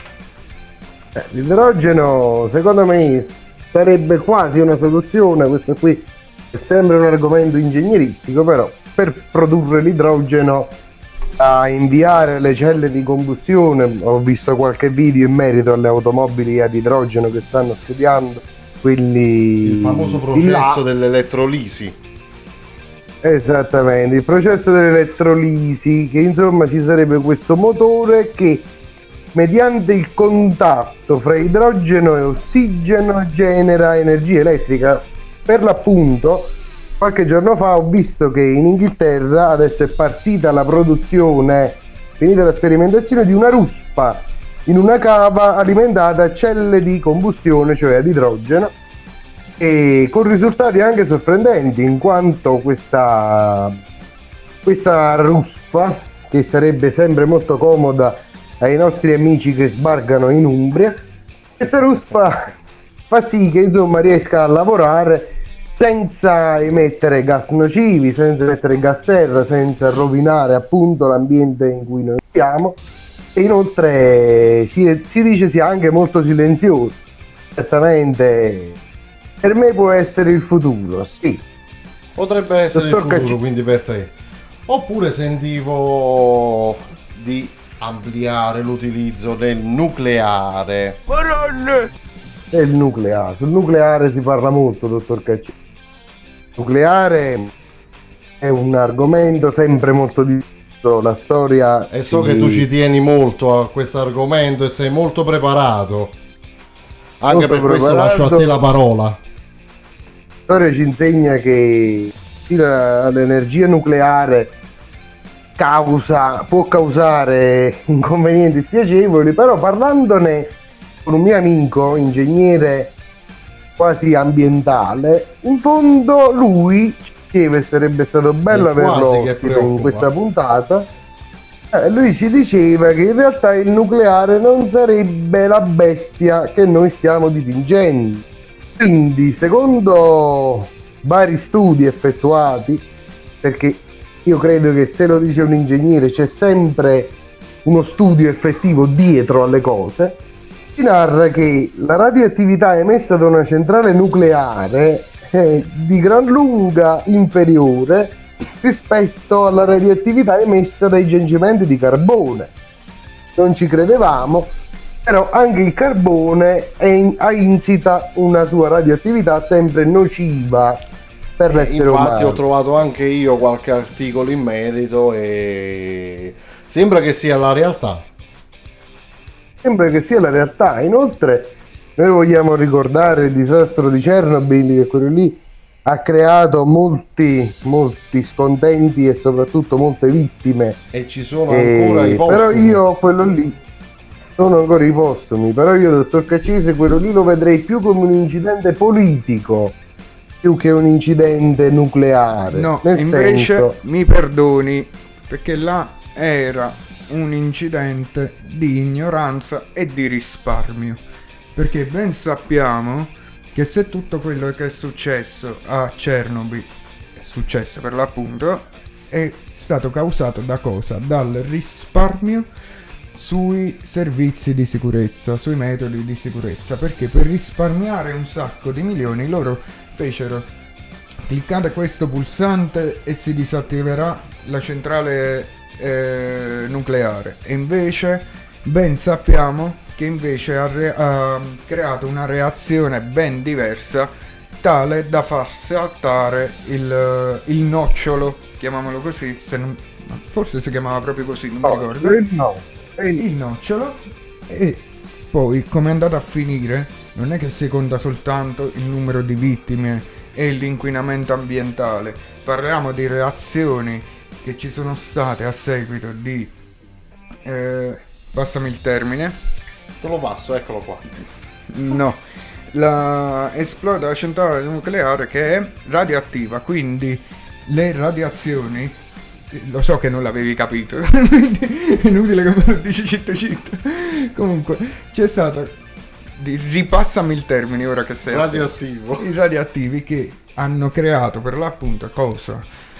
Eh, l'idrogeno secondo me sarebbe quasi una soluzione. Questo qui è sempre un argomento ingegneristico, però per produrre l'idrogeno a inviare le celle di combustione, ho visto qualche video in merito alle automobili ad idrogeno che stanno studiando, quelli Il famoso di là. processo dell'elettrolisi. Esattamente, il processo dell'elettrolisi, che insomma ci sarebbe questo motore che mediante il contatto fra idrogeno e ossigeno genera energia elettrica. Per l'appunto, qualche giorno fa ho visto che in Inghilterra adesso è partita la produzione, finita la sperimentazione, di una ruspa in una cava alimentata a celle di combustione, cioè ad idrogeno, e con risultati anche sorprendenti, in quanto questa, questa ruspa, che sarebbe sempre molto comoda ai nostri amici che sbarcano in Umbria, questa ruspa fa sì che insomma riesca a lavorare senza emettere gas nocivi, senza emettere gas serra, senza rovinare appunto l'ambiente in cui noi viviamo, e inoltre si, si dice sia anche molto silenzioso. Certamente per me può essere il futuro, sì. Potrebbe essere Dottor il futuro, Cacci- quindi per te. Oppure sentivo di ampliare l'utilizzo del nucleare. È il nucleare. Sul nucleare si parla molto, dottor Cacci. Il nucleare è un argomento sempre molto discusso. La storia. E so ci- che tu ci tieni molto a questo argomento e sei molto preparato. Anche Molto per questo preparato. lascio a te la parola. La storia ci insegna che sì, la- l'energia nucleare causa, può causare inconvenienti spiacevoli, però parlandone con un mio amico ingegnere quasi ambientale. In fondo lui diceva, sarebbe stato bello È quasi averlo che in preoccupa. questa puntata. Eh, lui ci diceva che in realtà il nucleare non sarebbe la bestia che noi stiamo dipingendo. Quindi, secondo vari studi effettuati, perché io credo che se lo dice un ingegnere c'è sempre uno studio effettivo dietro alle cose, si narra che la radioattività emessa da una centrale nucleare è di gran lunga inferiore rispetto alla radioattività emessa dai giacimenti di carbone. Non ci credevamo, però anche il carbone è in, ha insita una sua radioattività sempre nociva per l'essere umano. Infatti ho trovato anche io qualche articolo in merito e sembra che sia la realtà. Sembra che sia la realtà. Inoltre noi vogliamo ricordare il disastro di Chernobyl, che quello lì ha creato molti molti scontenti e soprattutto molte vittime, e ci sono e, ancora i postumi. però io quello lì sono ancora i postumi, però io, dottor Caccese, quello lì lo vedrei più come un incidente politico più che un incidente nucleare. No, nel invece senso, mi perdoni, perché là era un incidente di ignoranza e di risparmio, perché ben sappiamo che se tutto quello che è successo a Chernobyl è successo per l'appunto, è stato causato da cosa? Dal risparmio sui servizi di sicurezza, sui metodi di sicurezza, perché per risparmiare un sacco di milioni loro fecero: cliccate questo pulsante e si disattiverà la centrale eh, nucleare, e invece ben sappiamo che invece ha, re- ha creato una reazione ben diversa, tale da far saltare il, il nocciolo, chiamiamolo così, se non, forse si chiamava proprio così, non no, mi ricordo. il, no, il, il nocciolo. E poi come è andata a finire non è che si conta soltanto il numero di vittime e l'inquinamento ambientale, parliamo di reazioni che ci sono state a seguito di eh, passami il termine. Te lo passo, eccolo qua. No, la esplode la centrale nucleare che è radioattiva, quindi le radiazioni, lo so che non l'avevi capito, è inutile che me lo dici citto citto. Comunque c'è stato, di, ripassami il termine ora che sei radioattivo, i radioattivi che hanno creato per l'appunto cosa?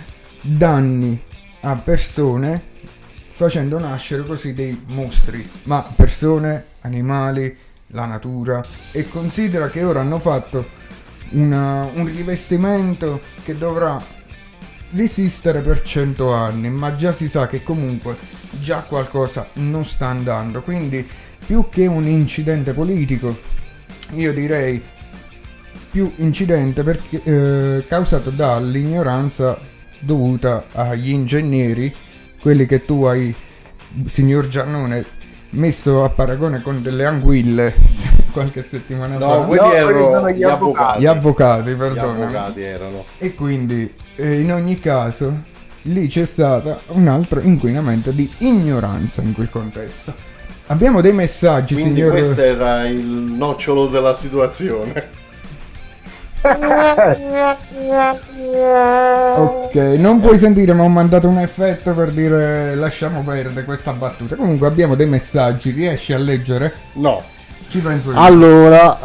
Danni a persone, facendo nascere così dei mostri, ma persone, animali, la natura. E considera che ora hanno fatto una, un rivestimento che dovrà resistere per cento anni, ma già si sa che comunque già qualcosa non sta andando, quindi più che un incidente politico io direi più incidente perché eh, causato dall'ignoranza dovuta agli ingegneri, quelli che tu hai, signor Giannone, messo a paragone con delle anguille qualche settimana no, fa. quelli no, erano gli, gli avvocati. Gli avvocati, Gli perdona. avvocati erano. E quindi eh, in ogni caso lì c'è stato un altro inquinamento di ignoranza in quel contesto. Abbiamo dei messaggi, quindi signor... questo era il nocciolo della situazione. Ok, non puoi sentire, ma ho mandato un effetto per dire lasciamo perdere questa battuta. Comunque abbiamo dei messaggi, riesci a leggere? No. Ci penso io. Allora,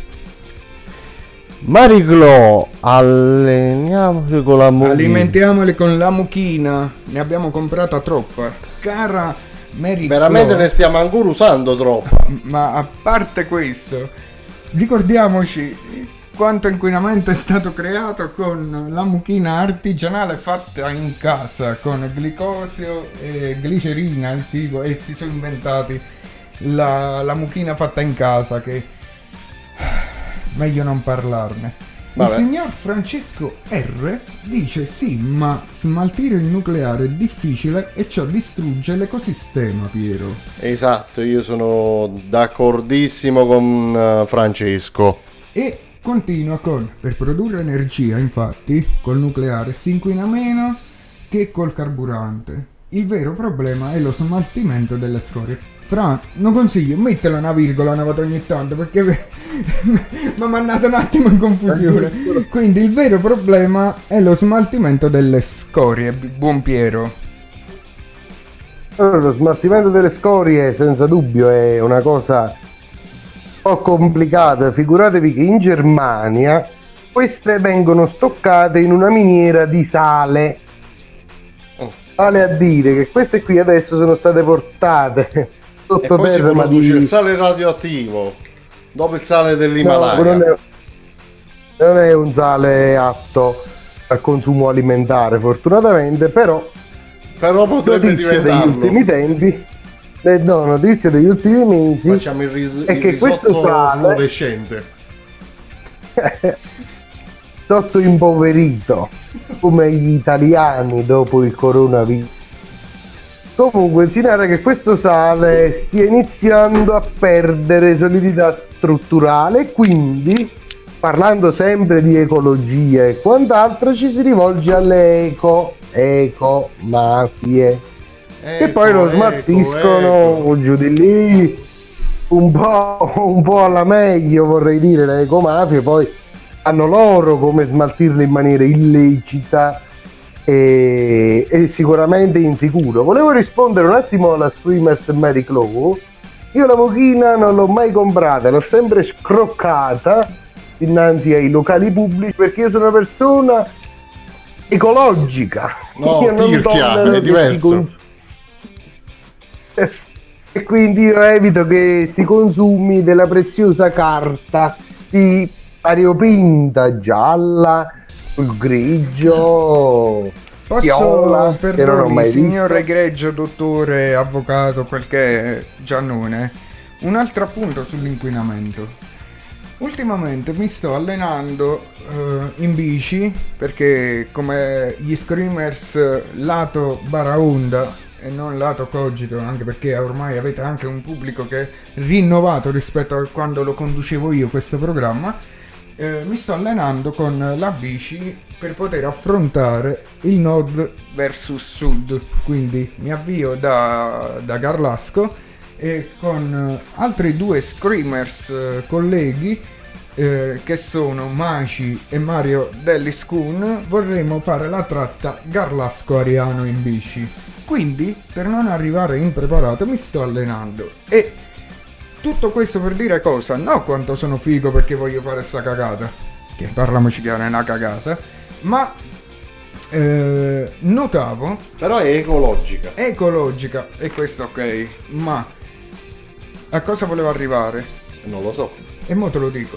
Mariclo, alleniamoci con la mucchina. Alimentiamoli con la mucchina. Ne abbiamo comprata troppa. Cara Mary Veramente Clo, ne stiamo ancora usando troppa. ma a parte questo, ricordiamoci quanto inquinamento è stato creato con la mucchina artigianale fatta in casa con glicosio e glicerina il tipo, e si sono inventati la, la mucchina fatta in casa, che meglio non parlarne. Vabbè. Il signor Francesco R dice sì, ma smaltire il nucleare è difficile e ciò distrugge l'ecosistema, Piero. Esatto, io sono d'accordissimo con uh, Francesco. E continua con: per produrre energia, infatti, col nucleare si inquina meno che col carburante. Il vero problema è lo smaltimento delle scorie. Fra, non consiglio, mettela una virgola una volta ogni tanto perché mi ha mandato un attimo in confusione. Quindi il vero problema è lo smaltimento delle scorie, buon Piero. Allora, lo smaltimento delle scorie senza dubbio è una cosa un po' complicata. Figuratevi che in Germania queste vengono stoccate in una miniera di sale. Vale a dire che queste qui adesso sono state portate sottoterra. E poi si produce il sale radioattivo dopo il sale dell'Himalaya. No, non, è, non è un sale atto al consumo alimentare, fortunatamente, però però potrebbe notizia diventarlo. degli ultimi tempi, eh, no, notizia degli ultimi mesi, facciamo il, ris- è il che questo sale fluorescente sotto impoverito come gli italiani dopo il coronavirus. Comunque si narra che questo sale stia iniziando a perdere solidità strutturale, quindi parlando sempre di ecologia e quant'altro ci si rivolge alle eco eco mafie che poi lo smaltiscono ecco. Giù di lì un po', un po' alla meglio, vorrei dire. Le ecomafie poi hanno loro come smaltirle in maniera illecita e, e sicuramente insicuro. Volevo rispondere un attimo alla Screamers Mary Claw. Io la mochina non l'ho mai comprata, l'ho sempre scroccata innanzi ai locali pubblici perché io sono una persona ecologica. No, io non Tirchia, è diverso. Cons- e quindi io evito che si consumi della preziosa carta di variopinta, gialla, sul grigio, Posso, viola, che non ho perdoni, mai signor visto. egregio dottore, avvocato, quel che è Giannone, un altro appunto sull'inquinamento. Ultimamente mi sto allenando uh, in bici perché come gli Screamers lato Baraonda e non lato Cogito, anche perché ormai avete anche un pubblico che è rinnovato rispetto a quando lo conducevo io questo programma, eh, mi sto allenando con la bici per poter affrontare il nord versus sud, quindi mi avvio da, da Garlasco e con altri due Screamers eh, colleghi eh, che sono Maci e Mario Delliscoon vorremmo fare la tratta Garlasco-Ariano in bici. Quindi per non arrivare impreparato mi sto allenando e tutto questo per dire cosa? No quanto sono figo perché voglio fare sta cagata, che parliamoci chiaro è una cagata, ma eh, notavo però è ecologica è ecologica e questo ok, ma a cosa volevo arrivare? Non lo so e mo te lo dico.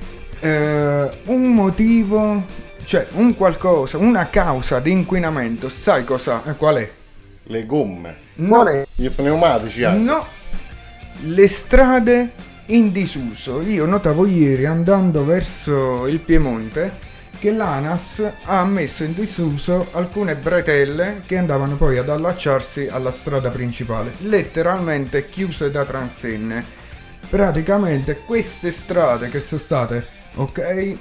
Eh, un motivo, cioè un qualcosa, una causa di inquinamento, sai cosa? Eh, qual è? Le gomme, no, gli pneumatici anche. No, le strade in disuso. Io notavo ieri andando verso il Piemonte che l'ANAS ha messo in disuso alcune bretelle che andavano poi ad allacciarsi alla strada principale, letteralmente chiuse da transenne. Praticamente queste strade che sono state, ok, eh,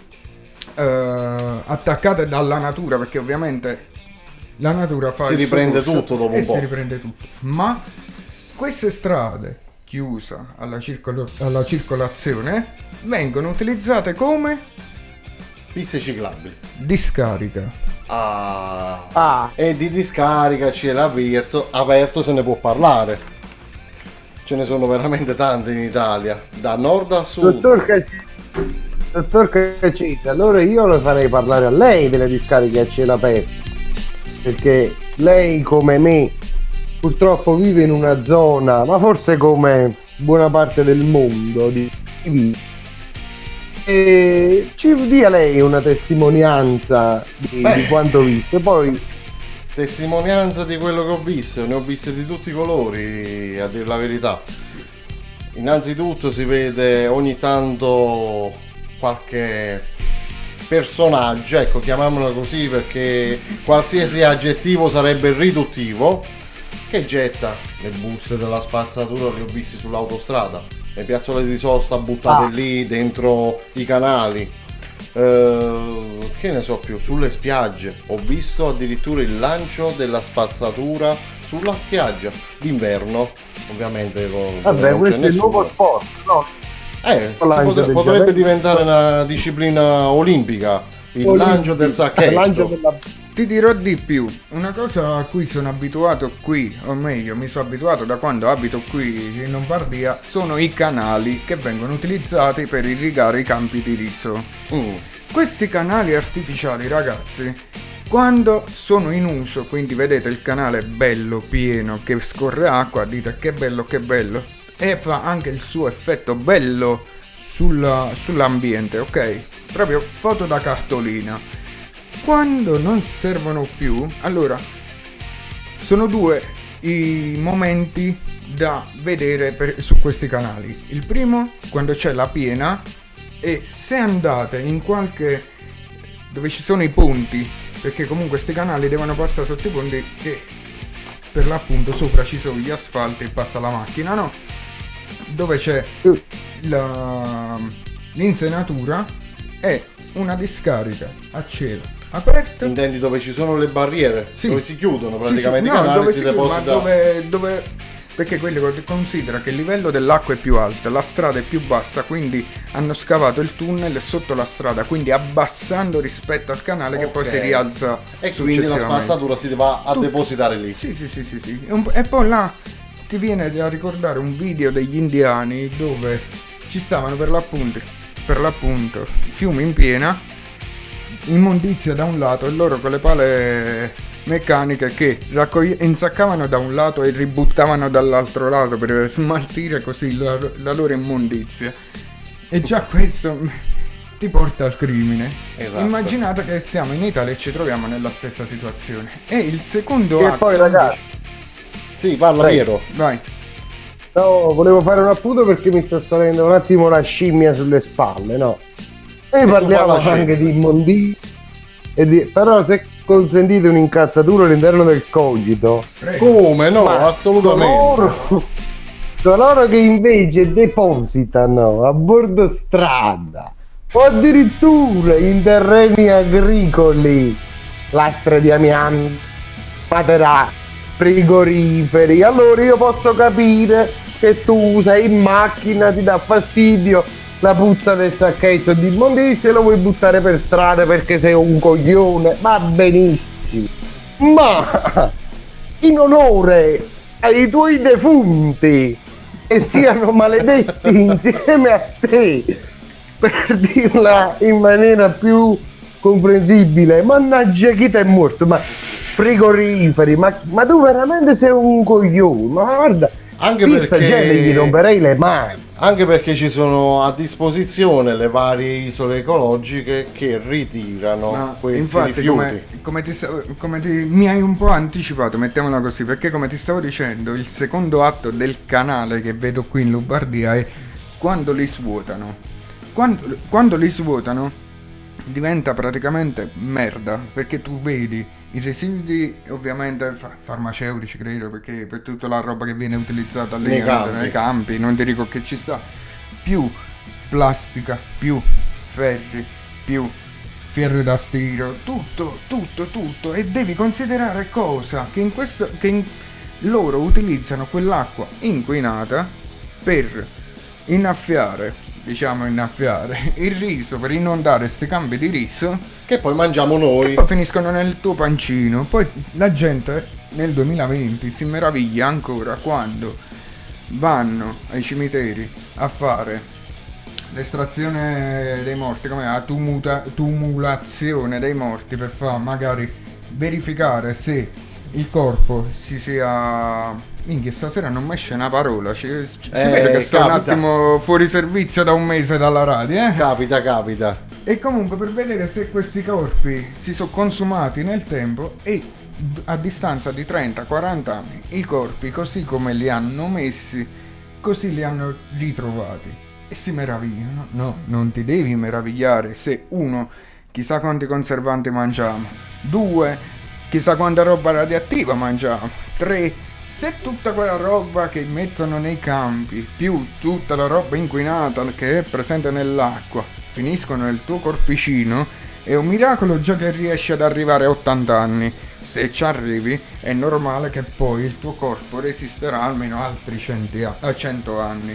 attaccate dalla natura, perché ovviamente la natura fa si il riprende suo corso tutto dopo e un po'. si riprende tutto, ma queste strade chiuse alla, circolo- alla circolazione vengono utilizzate come piste ciclabili, discarica. Ah, ah. E di discarica ce l'ha aperto, aperto se ne può parlare. Ce ne sono veramente tante in Italia, da nord a sud. Dottor Cacci, dottor Caccietta, allora io le farei parlare a lei delle discariche a cielo aperto, perché lei come me purtroppo vive in una zona, ma forse come buona parte del mondo, di vita. E ci dia lei una testimonianza di, di quanto visto. Poi testimonianza di quello che ho visto, ne ho viste di tutti i colori, a dire la verità. Innanzitutto si vede ogni tanto qualche personaggio, ecco, chiamiamolo così perché qualsiasi aggettivo sarebbe riduttivo, che getta le buste della spazzatura, li ho visti sull'autostrada, le piazzole di sosta buttate ah. lì dentro i canali, uh, che ne so più, sulle spiagge. Ho visto addirittura il lancio della spazzatura sulla spiaggia d'inverno, ovviamente con, vabbè, non questo c'è è il nuovo nessuno. sport, no? Eh, Lancio potre- del potrebbe giavello. diventare una disciplina olimpica, il Olimpico. lancio del sacchetto. Il lancio della... Ti dirò di più, una cosa a cui sono abituato qui, o meglio, mi sono abituato da quando abito qui in Lombardia, sono i canali che vengono utilizzati per irrigare i campi di riso. Mm. Questi canali artificiali, ragazzi, quando sono in uso, quindi vedete il canale bello, pieno, che scorre acqua, dite che bello, che bello, e fa anche il suo effetto bello sulla- sull'ambiente, ok? Proprio foto da cartolina. Quando non servono più, allora sono due i momenti da vedere per- su questi canali. Il primo, quando c'è la piena, e se andate in qualche dove ci sono i ponti, perché comunque questi canali devono passare sotto i ponti che per l'appunto sopra ci sono gli asfalti e passa la macchina, no? Dove c'è la, l'insenatura e una discarica a cielo aperto. Intendi dove ci sono le barriere? Sì. Dove si chiudono Sì, praticamente sì, i no, canali, dove si si chiude, ma deposita. dove, dove perché quelli considera che il livello dell'acqua è più alto, la strada è più bassa, quindi hanno scavato il tunnel sotto la strada, quindi abbassando rispetto al canale, che poi Ok. si rialza E quindi la successivamente. spazzatura si va a Tu- depositare lì. Sì, sì, sì, sì, sì. E, un po'- e poi là ti viene da ricordare un video degli indiani dove ci stavano per l'appunto, per l'appunto fiumi in piena, immondizia da un lato e loro con le pale meccaniche che raccoglie- insaccavano da un lato e ributtavano dall'altro lato per smaltire così la, la loro immondizia. E già questo ti porta al crimine. Esatto. Immaginate che siamo in Italia e ci troviamo nella stessa situazione. E il secondo E atto... poi ragazzi, Sì, parla Prego. Piero. Vai. no, volevo fare un appunto perché mi sta salendo un attimo la scimmia sulle spalle, no? E tu parliamo falla anche scendere. di immondizia, e di... però se consentite un'incazzatura all'interno del cogito, Come? No, ma assolutamente. coloro, coloro che invece depositano a bordo strada o addirittura in terreni agricoli lastre di amianto, materassi, frigoriferi, allora io posso capire che tu sei in macchina, ti dà fastidio la puzza del sacchetto di immondizia e lo vuoi buttare per strada perché sei un coglione, va benissimo, ma in onore ai tuoi defunti e siano maledetti insieme a te, per dirla in maniera più comprensibile, mannaggia chi ti è morto, ma frigoriferi, ma, ma tu veramente sei un coglione, ma guarda, Anche io sta perché- gente gli romperei le mani. Anche perché ci sono a disposizione le varie isole ecologiche che ritirano No, questi infatti, rifiuti. come, come ti stavo- come ti- mi hai un po' anticipato, mettiamola così, perché come ti stavo dicendo, il secondo atto del canale che vedo qui in Lombardia è quando li svuotano. Quando, quando li svuotano diventa praticamente merda, perché tu vedi i residui ovviamente fa- farmaceutici, credo, perché per tutta la roba che viene utilizzata lì Nei eh, campi. nei campi, non ti dico che ci sta, più plastica, più ferri, più fierro da stiro, tutto, tutto, tutto. E devi considerare cosa? Che in questo che in- loro utilizzano quell'acqua inquinata per innaffiare, diciamo innaffiare il riso, per inondare questi campi di riso che poi mangiamo noi. e poi finiscono nel tuo pancino. Poi la gente nel duemilaventi si meraviglia ancora quando vanno ai cimiteri a fare l'estrazione dei morti, come la tumuta- tumulazione dei morti, per far magari verificare se il corpo si sia... Minchia, stasera non mi esce una parola, ci, ci Eh, si vede che sto un capita. attimo fuori servizio da un mese dalla radio, eh? Capita, capita. E comunque per vedere se questi corpi si sono consumati nel tempo e a distanza di trenta quaranta anni i corpi così come li hanno messi, così li hanno ritrovati e si meravigliano. No, non ti devi meravigliare se uno, chissà quanti conservanti mangiamo, due, chissà quanta roba radioattiva mangiamo, tre, se tutta quella roba che mettono nei campi più tutta la roba inquinata che è presente nell'acqua finiscono nel tuo corpicino, è un miracolo già che riesci ad arrivare a ottanta anni. se ci arrivi è normale che poi il tuo corpo resisterà almeno altri cento anni.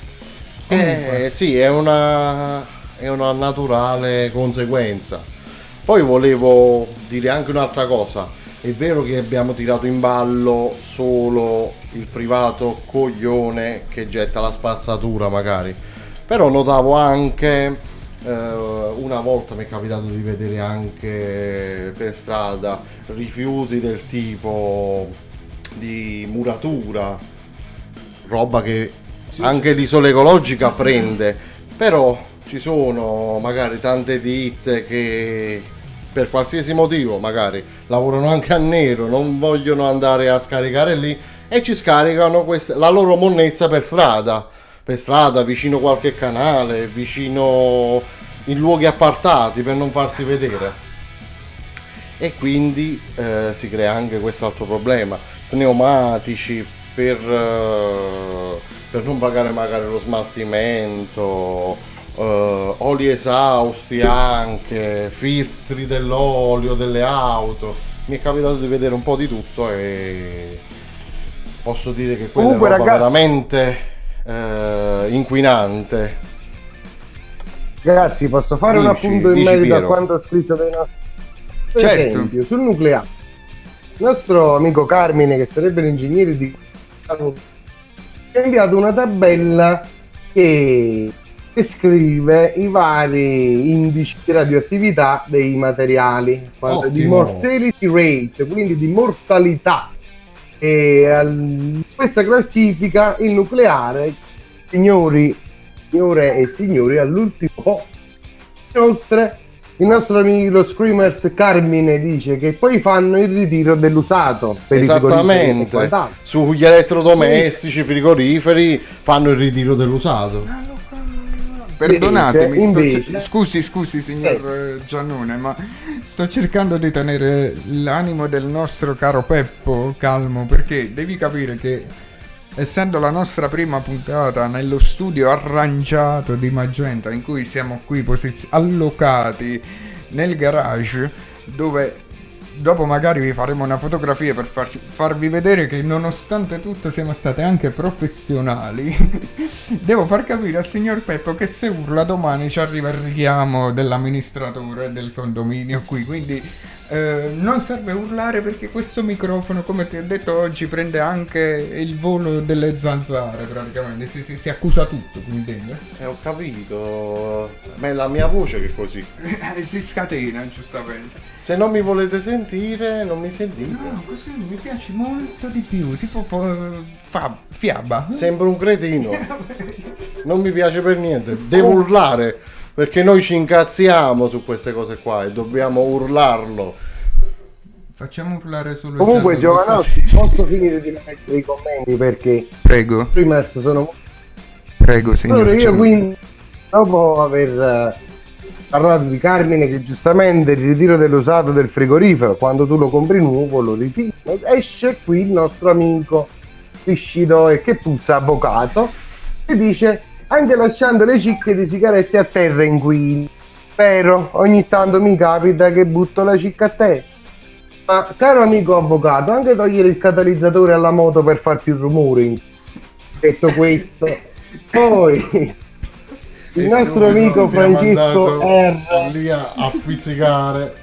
Eh sì, è una, è una naturale conseguenza. Poi volevo dire anche un'altra cosa. È vero che abbiamo tirato in ballo solo il privato coglione che getta la spazzatura magari, però notavo anche, eh, una volta mi è capitato di vedere anche per strada rifiuti del tipo di muratura, roba che sì, anche l'Isola Ecologica prende, però ci sono magari tante ditte che per qualsiasi motivo magari lavorano anche a nero, non vogliono andare a scaricare lì e ci scaricano questa, la loro monnezza per strada, per strada, vicino qualche canale, vicino in luoghi appartati per non farsi vedere. E quindi eh, si crea anche quest'altro problema, pneumatici per, eh, per non pagare magari lo smaltimento, Uh, oli esausti anche, filtri dell'olio delle auto. Mi è capitato di vedere un po' di tutto e posso dire che quella Comunque, è roba ragazzi, veramente uh, inquinante. Ragazzi, posso fare Dici, un appunto in dici, merito Piero. a quanto ho scritto dai nostri? Per Certo. esempio, sul nucleare, il nostro amico Carmine, che sarebbe l'ingegnere di ha inviato una tabella che descrive i vari indici di radioattività dei materiali, quanto di Ottimo. mortality rate, quindi di mortalità. E in questa classifica il nucleare, signori, signore e signori, all'ultimo posto. Inoltre il nostro amico Screamers Carmine dice che poi fanno il ritiro dell'usato per i frigoriferi e Esattamente, quant'altro. sugli elettrodomestici, frigoriferi fanno il ritiro dell'usato. Perdonatemi, Invece- sto- scusi, scusi signor eh, Giannone, ma sto cercando di tenere l'animo del nostro caro Peppo calmo, perché devi capire che, essendo la nostra prima puntata nello studio arrangiato di Magenta, in cui siamo qui posiz- allocati nel garage, dove dopo magari vi faremo una fotografia per farci- farvi vedere che nonostante tutto siamo state anche professionali, devo far capire al signor Peppo che se urla domani ci arriva il richiamo dell'amministratore del condominio qui, quindi eh, non serve urlare, perché questo microfono, come ti ho detto oggi, prende anche il volo delle zanzare praticamente, si, si, si accusa tutto, mi intende? Eh, ho capito, ma è la mia voce che è così. si scatena giustamente. Se non mi volete sentire, non mi sentite. No, così mi piace molto di più, tipo fa, fa, fiaba. Sembra un cretino. Non mi piace per niente. Devo urlare, perché noi ci incazziamo su queste cose qua e dobbiamo urlarlo. Facciamo urlare solo Comunque, il Gianni, Giovanotti, posso finire di mettere i commenti perché Prego, prima sono prego signor allora io Giannone. quindi, dopo aver eh, parlato di Carmine che giustamente il ritiro dell'usato del frigorifero, quando tu lo compri nuovo lo ritiri, esce qui il nostro amico viscido e che puzza avvocato e dice: anche lasciando le cicche di sigarette a terra inquini. Vero, ogni tanto mi capita che butto la cicca a terra. Ma caro amico avvocato, anche togliere il catalizzatore alla moto per far più rumore. Detto questo, poi il nostro amico Francesco R lì a, a pizzicare.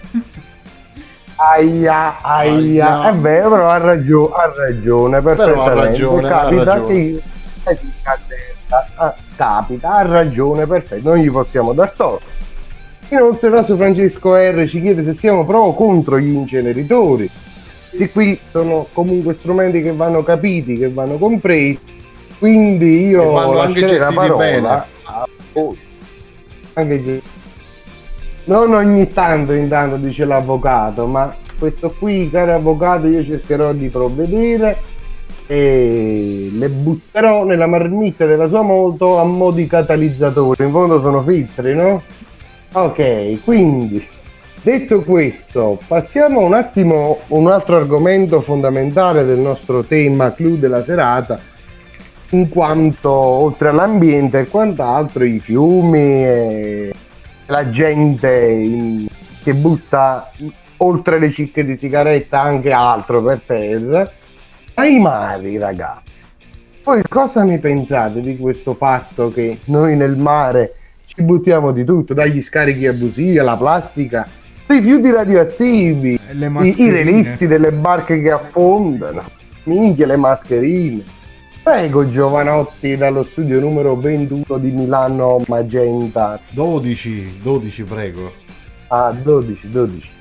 aia aia, Aia. è vero, però ha, ragio- ha ragione perfettamente. ha ragione, ha capita ragione. che io ah, capita, ha ragione, perfetto, non gli possiamo dar torto. Inoltre il nostro Francesco R ci chiede se siamo pro o contro gli inceneritori. Questi qui sono comunque strumenti che vanno capiti, che vanno compresi, quindi io E vanno anche lascerei la gestiti parola bene. a voi. Anche ge- non ogni tanto intanto, dice l'avvocato, ma questo qui, caro avvocato, io cercherò di provvedere e le butterò nella marmitta della sua moto a mo' di catalizzatore. In fondo sono filtri, no? Ok, quindi detto questo, passiamo un attimo a un altro argomento fondamentale del nostro tema clou della serata, in quanto oltre all'ambiente e quant'altro, i fiumi e la gente in- che butta oltre le cicche di sigaretta anche altro per terra, ai mari, ragazzi. Poi cosa ne pensate di questo fatto che noi nel mare ci buttiamo di tutto, dagli scarichi abusivi alla plastica, rifiuti radioattivi, i, i relitti delle barche che affondano, minchia, le mascherine. Prego giovanotti dallo studio numero ventuno di Milano Magenta. dodici, dodici prego. Ah, dodici, dodici.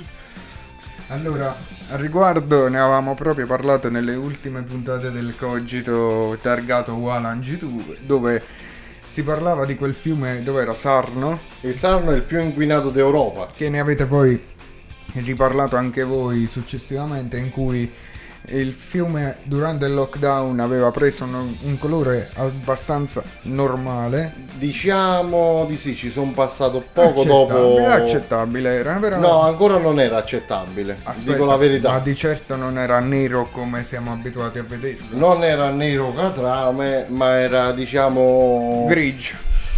Allora, al riguardo ne avevamo proprio parlato nelle ultime puntate del Cogito targato Walangi due, dove si parlava di quel fiume, dove era Sarno. Il Sarno è il più inquinato d'Europa. Che ne avete poi riparlato anche voi successivamente, in cui il fiume durante il lockdown aveva preso un, un colore abbastanza normale. Diciamo di sì, ci sono passato poco accettabile, dopo. Accettabile era, era... No, ancora non era accettabile. Aspetta, dico la verità. Ma di certo non era nero come siamo abituati a vederlo. Non era nero catrame, ma era diciamo grigio.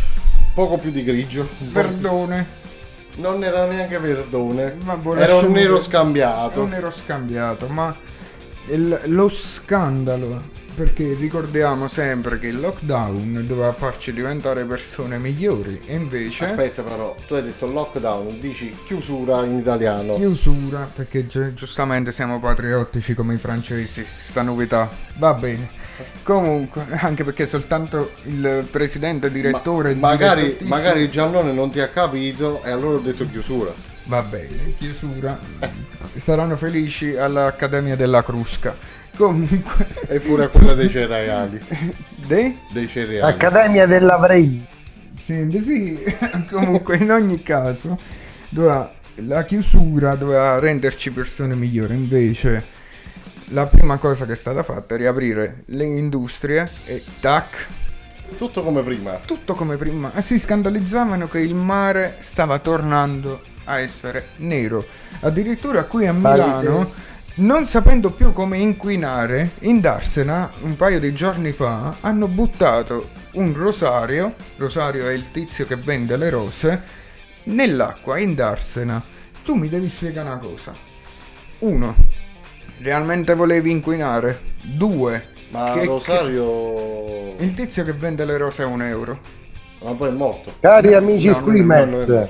Poco più di grigio. Verdone. Non era neanche verdone. Ma era un nero scambiato. Un nero scambiato, ma il, lo scandalo, perché ricordiamo sempre che il lockdown doveva farci diventare persone migliori e invece... Aspetta però, tu hai detto lockdown, dici chiusura in italiano. Chiusura, perché gi- giustamente siamo patriottici come i francesi, sta novità, va bene. Comunque, anche perché soltanto il presidente direttore... Ma, magari, magari Giannone non ti ha capito e allora ho detto chiusura. Va bene, chiusura. Saranno felici all'Accademia della Crusca. Comunque. E pure a quella dei cereali. De? Dei cereali. Accademia dell'Avrei. Sì, sì. Comunque, in ogni caso, doveva, la chiusura doveva renderci persone migliori. Invece, la prima cosa che è stata fatta è riaprire le industrie e tac. Tutto come prima. Tutto come prima. E si scandalizzavano che il mare stava tornando a essere nero. Addirittura qui a Milano, non sapendo più come inquinare, in Darsena un paio di giorni fa hanno buttato un rosario, rosario è il tizio che vende le rose, nell'acqua in Darsena. Tu mi devi spiegare una cosa. Uno, realmente volevi inquinare? Due, ma che, rosario che... il tizio che vende le rose a un euro. Ma poi è morto. Cari amici no, Screamers,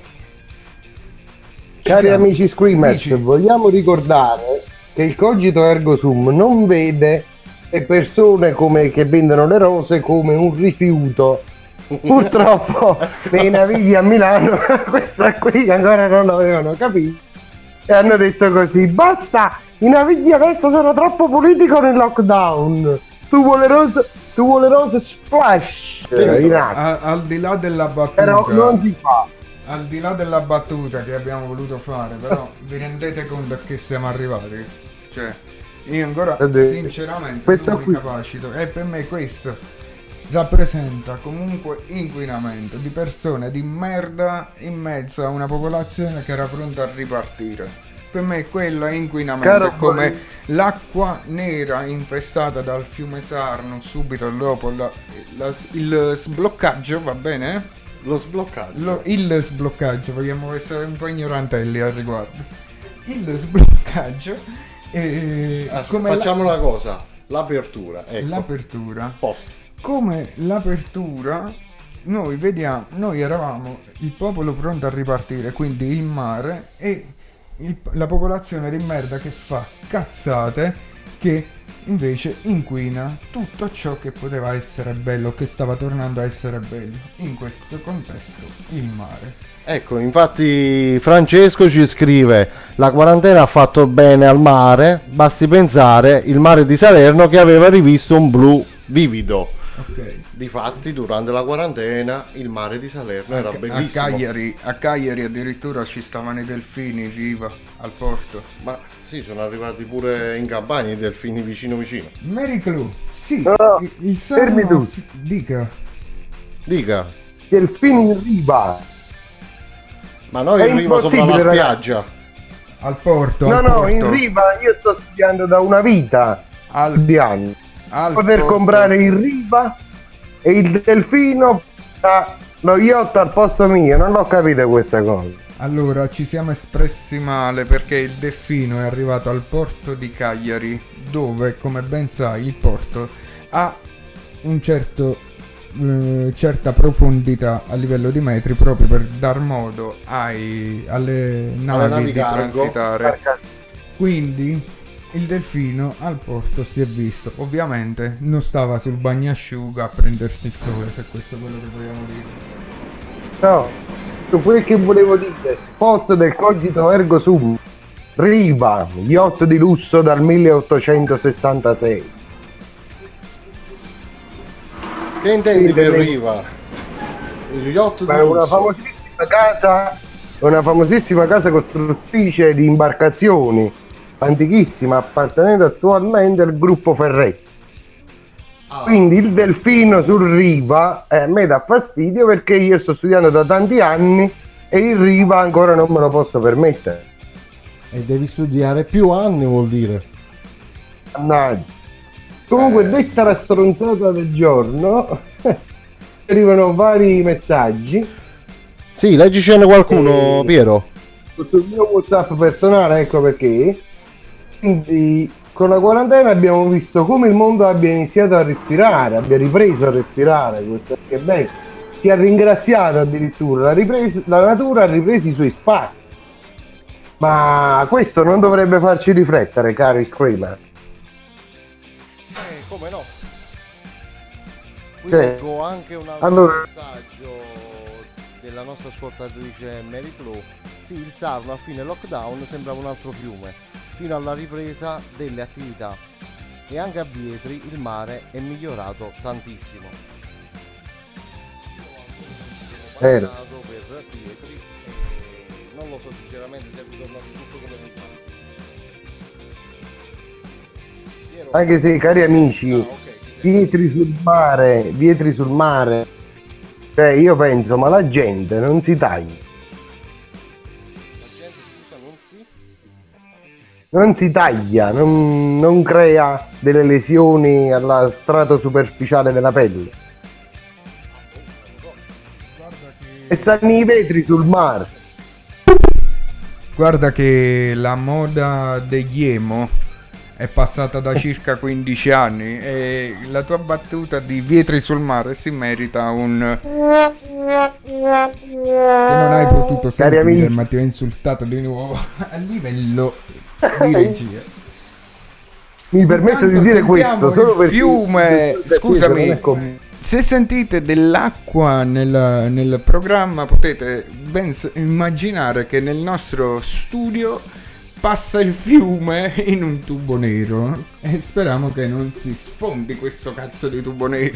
Cari siamo. amici Screamers, amici. Vogliamo ricordare che il Cogito Ergo Sum non vede le persone come, che vendono le rose come un rifiuto. Purtroppo nei navigli a Milano questa qui ancora non avevano capito e hanno detto così: basta, i navigli adesso sono troppo puliti con il lockdown. Tu vuoi le rose, tu vuoi le rose splash in a, al di là della battuta, però non si fa. Al di là della battuta che abbiamo voluto fare, però vi rendete conto a che siamo arrivati? Cioè, io ancora sinceramente sono incapacito e per me questo rappresenta comunque inquinamento di persone di merda in mezzo a una popolazione che era pronta a ripartire. Per me quello è inquinamento. Caro è come voi. L'acqua nera infestata dal fiume Sarno subito dopo la, la, il sbloccaggio, va bene? Lo sbloccaggio. Lo, il sbloccaggio, vogliamo essere un po' ignorantelli al riguardo. Il sbloccaggio eh, ah, come facciamo la... una cosa, l'apertura, ecco. L'apertura. Post. Come l'apertura, noi vediamo, noi eravamo il popolo pronto a ripartire, quindi in mare, e il, la popolazione di merda che fa cazzate, che invece inquina tutto ciò che poteva essere bello, che stava tornando a essere bello in questo contesto, il mare. Ecco, infatti Francesco ci scrive: la quarantena ha fatto bene al mare, basti pensare il mare di Salerno che aveva rivisto un blu vivido. Okay. Difatti durante la quarantena il mare di Salerno a, era bellissimo. A Cagliari, a Cagliari addirittura ci stavano i delfini in riva al porto. Ma sì, sono arrivati pure in campagna i delfini vicino vicino. Mary Clou, sì, no, il, il fermi tu. F- dica. Dica. Delfini in riva. Ma noi in riva sopra la spiaggia. Ragazzi. Al porto. No, al no, porto. in riva io sto studiando da una vita. Al di anni. Al poter porto. Comprare in riva e il delfino ha lo yacht al posto mio, non l'ho capito questa cosa. Allora, ci siamo espressi male perché il Delfino è arrivato al porto di Cagliari, dove, come ben sai, il porto ha un certo, eh, certa profondità a livello di metri, proprio per dar modo ai, alle navi, navi di cargo. transitare. Quindi il Delfino al porto si è visto, ovviamente non stava sul bagnasciuga a prendersi il sole, se questo è quello che vogliamo dire. No, su quel che volevo dire, spot del Cogito Ergo Sum, Riva, yacht di lusso dal milleottocentosessantasei. Che intendi Sì, per delle- Riva? Il yacht Ma di è una lusso. famosissima casa, una famosissima casa costruttrice di imbarcazioni, antichissima, appartenente attualmente al gruppo Ferretti. Quindi il Delfino sul Riva eh, a me dà fastidio perché io sto studiando da tanti anni e il Riva ancora non me lo posso permettere. E devi studiare più anni, vuol dire. Mannaggia. Comunque, detta la stronzata del giorno, arrivano vari messaggi. Sì, leggicene qualcuno, Eh, Piero. Sul mio WhatsApp personale, ecco perché. Quindi, con la quarantena abbiamo visto come il mondo abbia iniziato a respirare, abbia ripreso a respirare. Questo che bello. Ti ha ringraziato addirittura. La, ripresa, la natura ha ripreso i suoi spazi. Ma questo non dovrebbe farci riflettere, cari Screamer. Eh, come no? Qui Cioè, leggo anche un altro allora- messaggio della nostra ascoltatrice Mary Flo. Sì, il Sarno a fine lockdown sembrava un altro fiume, fino alla ripresa delle attività. E anche a Vietri il mare è migliorato tantissimo. Io Eh. ho passato per Vietri e non lo so sinceramente se è ritornato tutto come prima. Piero, Anche se, cari amici, ah, ok, ci sei. Vietri sul mare, Vietri sul mare, cioè io penso, ma la gente non si taglia, La gente, scusa, non si... non si taglia, non, non crea delle lesioni alla strato superficiale della pelle. E stanno i vetri sul mare. Guarda che la moda degli emo è passata da circa quindici anni e la tua battuta di Vietri sul mare si merita un... che non hai potuto Cari sentire, amici. ma ti ho insultato di nuovo a livello di regia. Mi permetto di Intanto dire sentiamo questo solo il perché fiume, non scusami, è com- se sentite dell'acqua nel, nel programma potete ben s- immaginare che nel nostro studio passa il fiume in un tubo nero e speriamo che non si sfondi questo cazzo di tubo nero.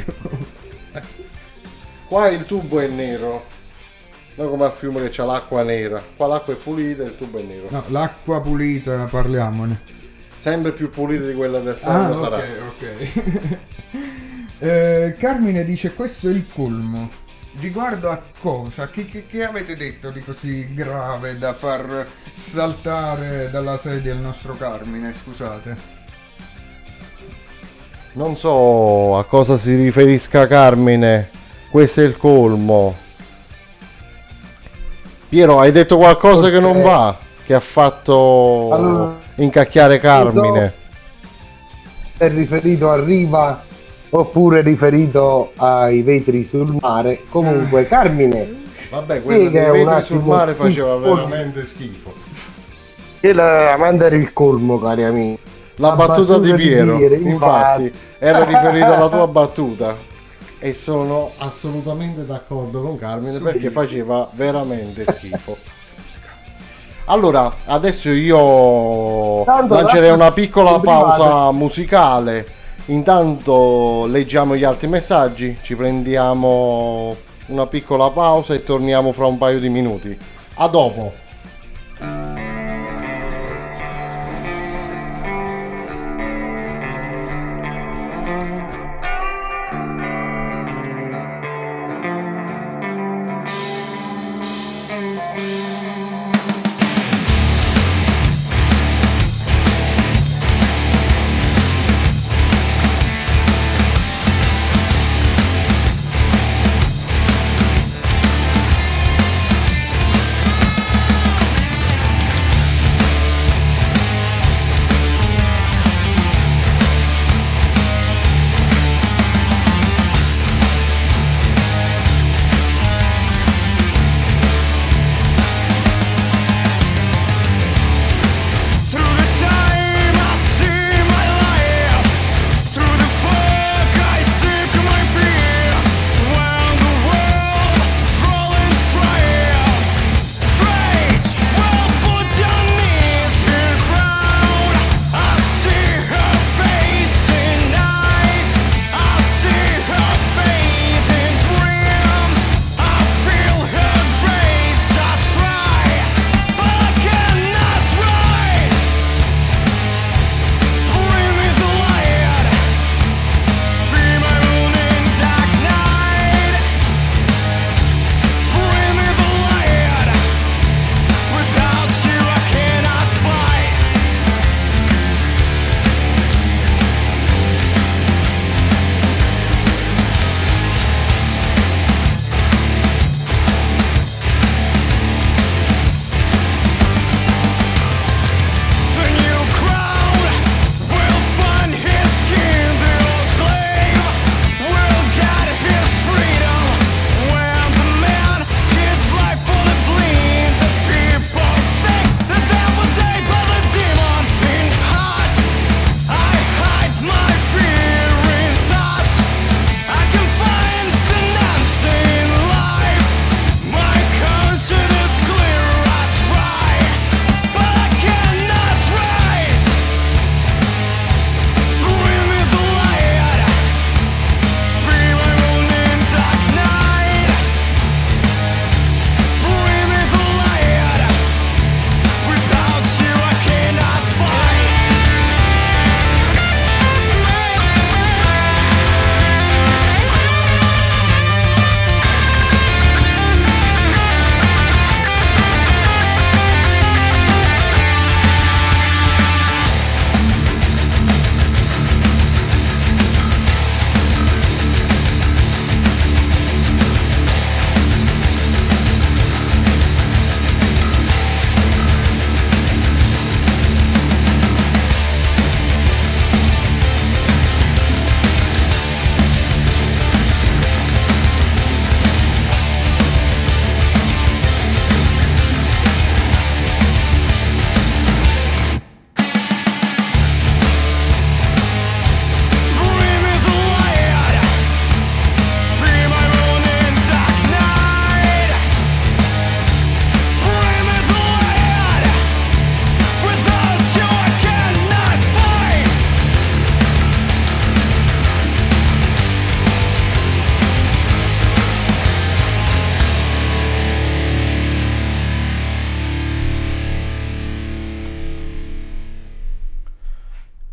Qua il tubo è nero, non come al fiume che c'ha l'acqua nera. Qua l'acqua è pulita e il tubo è nero. No, l'acqua pulita, parliamone. Sempre più pulita di quella del Ah, Sarno ok, sarà. ok. eh, Carmine dice questo è il colmo. Riguardo a cosa? Che, che, che avete detto di così grave da far saltare dalla sedia il nostro Carmine? Scusate. Non so a cosa si riferisca Carmine. Questo è il colmo. Piero, hai detto qualcosa Forse- che non va? Che ha fatto Allora, incacchiare Carmine. è riferito a Riva oppure riferito ai vetri sul mare. Comunque, Carmine, Vabbè, quello dei vetri sul mare faceva veramente schifo. che la mandare il colmo, cari amici. La, La battuta, battuta di di Piero, ieri, infatti, infatti. era riferita alla tua battuta. E sono Assolutamente d'accordo con Carmine perché faceva veramente schifo. Allora, adesso io Tanto lancerei lascia- una piccola prima- pausa musicale. Intanto leggiamo gli altri messaggi, ci prendiamo una piccola pausa e torniamo fra un paio di minuti. A dopo.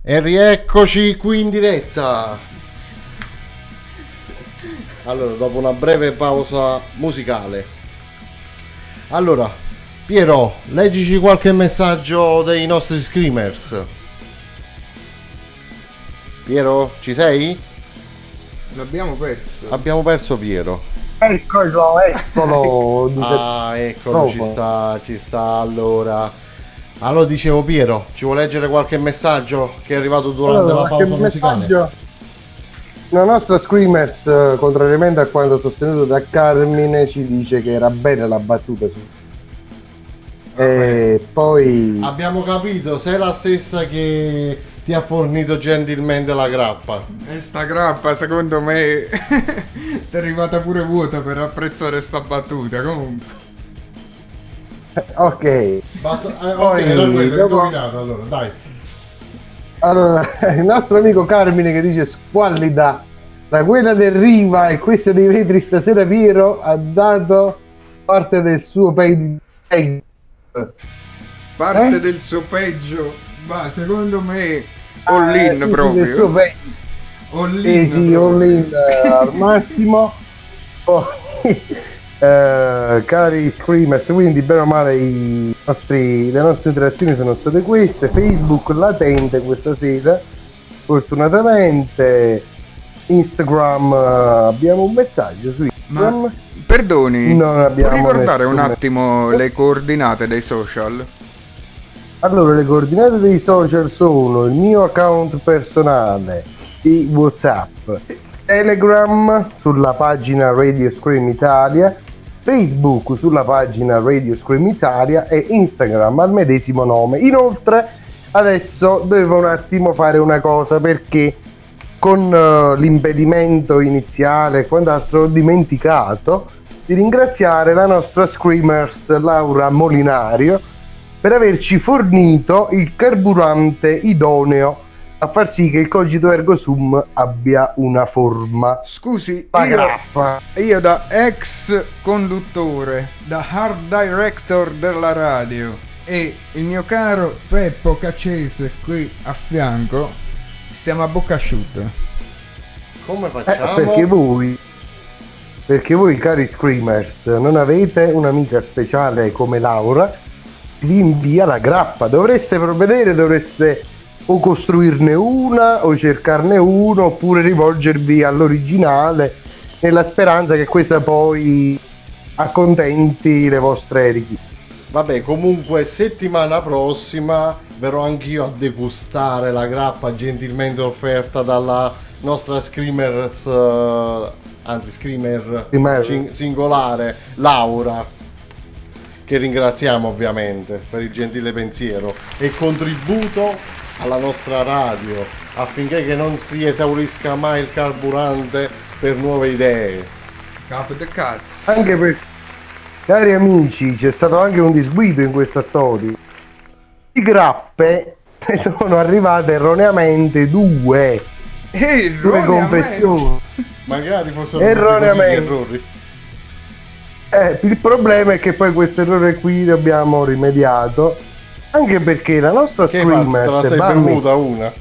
E rieccoci qui in diretta. Allora, dopo una breve pausa musicale. Allora, Piero, leggici qualche messaggio dei nostri screamers. Piero, ci sei? L'abbiamo perso. Abbiamo perso Piero. Eccolo, eccolo. Ah, eccolo, ci sta, ci sta allora. Allora dicevo Piero, ci vuoi leggere qualche messaggio che è arrivato durante allora, la pausa musicale? Messaggio? La nostra Screamers, eh, contrariamente a quanto sostenuto da Carmine, ci dice che era bella la battuta su. E poi abbiamo capito, sei la stessa che ti ha fornito gentilmente la grappa. E sta grappa secondo me ti è arrivata pure vuota per apprezzare sta battuta. Comunque ok, basta, eh, poi, ok, era quello, dopo... indovinato, allora dai. Allora, il nostro amico Carmine che dice squallida la quella del Riva e questa dei vetri stasera. Piero ha dato parte del suo peggio. parte eh? del suo peggio, ma secondo me all in ah, sì, proprio del suo peggio. all in, eh sì, all in eh, al massimo. Poi eh, cari Screamers, quindi bene o male i nostri, le nostre interazioni sono state queste. Facebook latente questa sera fortunatamente. Instagram abbiamo un messaggio su Instagram. Ma perdoni, non abbiamo puoi ricordare un nessun... attimo le coordinate dei social? Allora, le coordinate dei social sono il mio account personale di WhatsApp, Telegram sulla pagina Radio Scream Italia, Facebook sulla pagina Radio Scream Italia e Instagram al medesimo nome. Inoltre adesso devo un attimo fare una cosa, perché con uh, l'impedimento iniziale e quant'altro ho dimenticato di ringraziare la nostra Screamers Laura Molinario per averci fornito il carburante idoneo a far sì che il Cogito Ergo Sum abbia una forma. Scusi, io, io da ex conduttore, da hard director della radio e il mio caro Peppo Caccese qui a fianco stiamo a bocca asciutta. Come facciamo? Eh, perché voi perché voi cari Screamers non avete un'amica speciale come Laura, vi invia la grappa. Dovreste provvedere, dovreste o costruirne una o cercarne uno, oppure rivolgervi all'originale nella speranza che questa poi accontenti le vostre richieste. Vabbè, comunque settimana prossima verrò anch'io a degustare la grappa gentilmente offerta dalla nostra Screamers, uh, anzi Screamer cin- singolare Laura, che ringraziamo ovviamente per il gentile pensiero e contributo alla nostra radio, affinché che non si esaurisca mai il carburante per nuove idee. Capo de cazzo. Anche per cari amici, c'è stato anche un disguido in questa storia. Di grappe ne sono arrivate erroneamente due. Due confezioni. Magari fossero erroneamente errori. Eh, il problema è che poi questo errore qui l'abbiamo rimediato, anche perché la nostra che Screamers te la sei va bevuta una?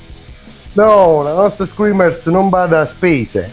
No, la nostra Screamers non bada a spese.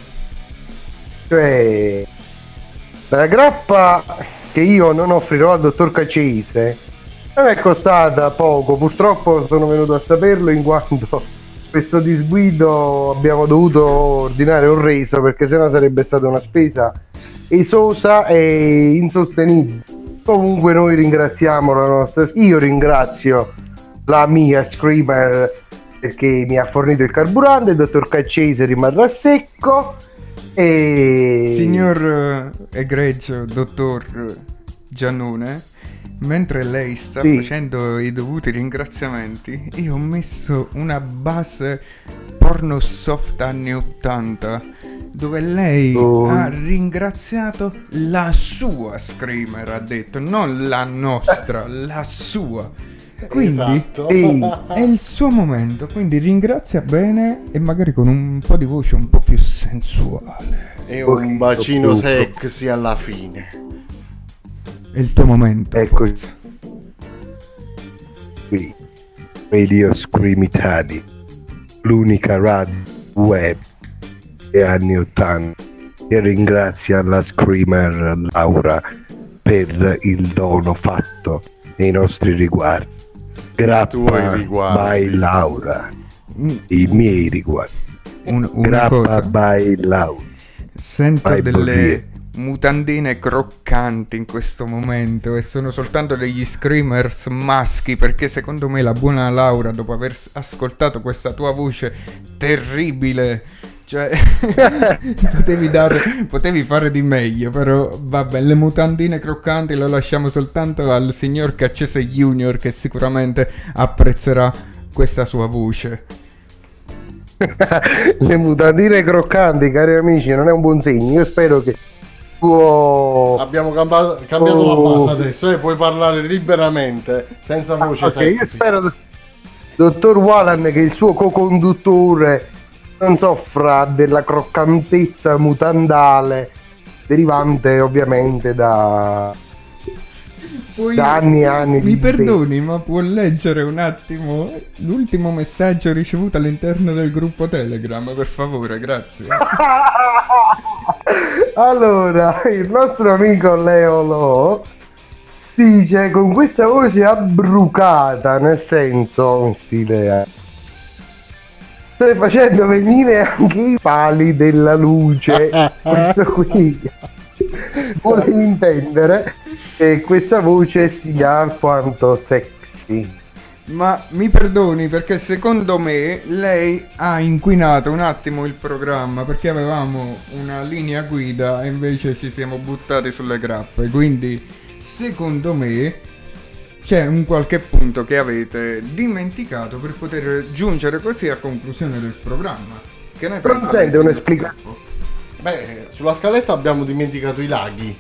Cioè, la grappa che io non offrirò al dottor Caccese non è costata poco. Purtroppo sono venuto a saperlo in quanto questo disguido abbiamo dovuto ordinare un reso, perché sennò sarebbe stata una spesa esosa e insostenibile. Comunque noi ringraziamo la nostra, io ringrazio la mia Screamer perché mi ha fornito il carburante, il dottor Caccese rimarrà secco e... Signor egregio dottor Giannone, mentre lei sta sì. facendo i dovuti ringraziamenti, io ho messo una base porno soft anni ottanta dove lei oh. ha ringraziato la sua Screamer, ha detto, non la nostra, la sua. Quindi esatto. è il suo momento, quindi ringrazia bene e magari con un po' di voce un po' più sensuale. E un bacino sexy alla fine. È il tuo momento. Ecco qui Radio Scream Italia. l'unica radio web degli anni ottanta, e ringrazia la Screamer Laura per il dono fatto nei nostri riguardi. Grappa by Laura, i miei riguardi. Un, una Grappa cosa. by Laura. Sento By delle Borriere. mutandine croccanti in questo momento e sono soltanto degli screamers maschi, perché secondo me la buona Laura, dopo aver s- ascoltato questa tua voce terribile, cioè potevi dare, potevi fare di meglio, però vabbè, le mutandine croccanti le lasciamo soltanto al signor Caccese Junior, che sicuramente apprezzerà questa sua voce. Le mutandine croccanti, cari amici, non è un buon segno. Io spero che tuo... Abbiamo cambiato, cambiato Oh. la base adesso e puoi parlare liberamente, senza voce Ok, sexy. io spero, dottor Wallan, che il suo co-conduttore non soffra della croccantezza mutandale derivante ovviamente da, Poi, da anni e anni mi di perdoni, ma può leggere un attimo l'ultimo messaggio ricevuto all'interno del gruppo Telegram, per favore, grazie. Allora, il nostro amico Leo Lo dice con questa voce abbrucata, nel senso in stile eh, stai facendo venire anche i pali della luce. Questo qui vuole intendere che questa voce sia alquanto sexy. Ma mi perdoni, perché secondo me lei ha inquinato un attimo il programma, perché avevamo una linea guida e invece ci siamo buttati sulle grappe, quindi secondo me c'è un qualche punto che avete dimenticato per poter giungere così a conclusione del programma. Che ne pensate? Consente un'esplicazione. Beh, sulla scaletta abbiamo dimenticato i laghi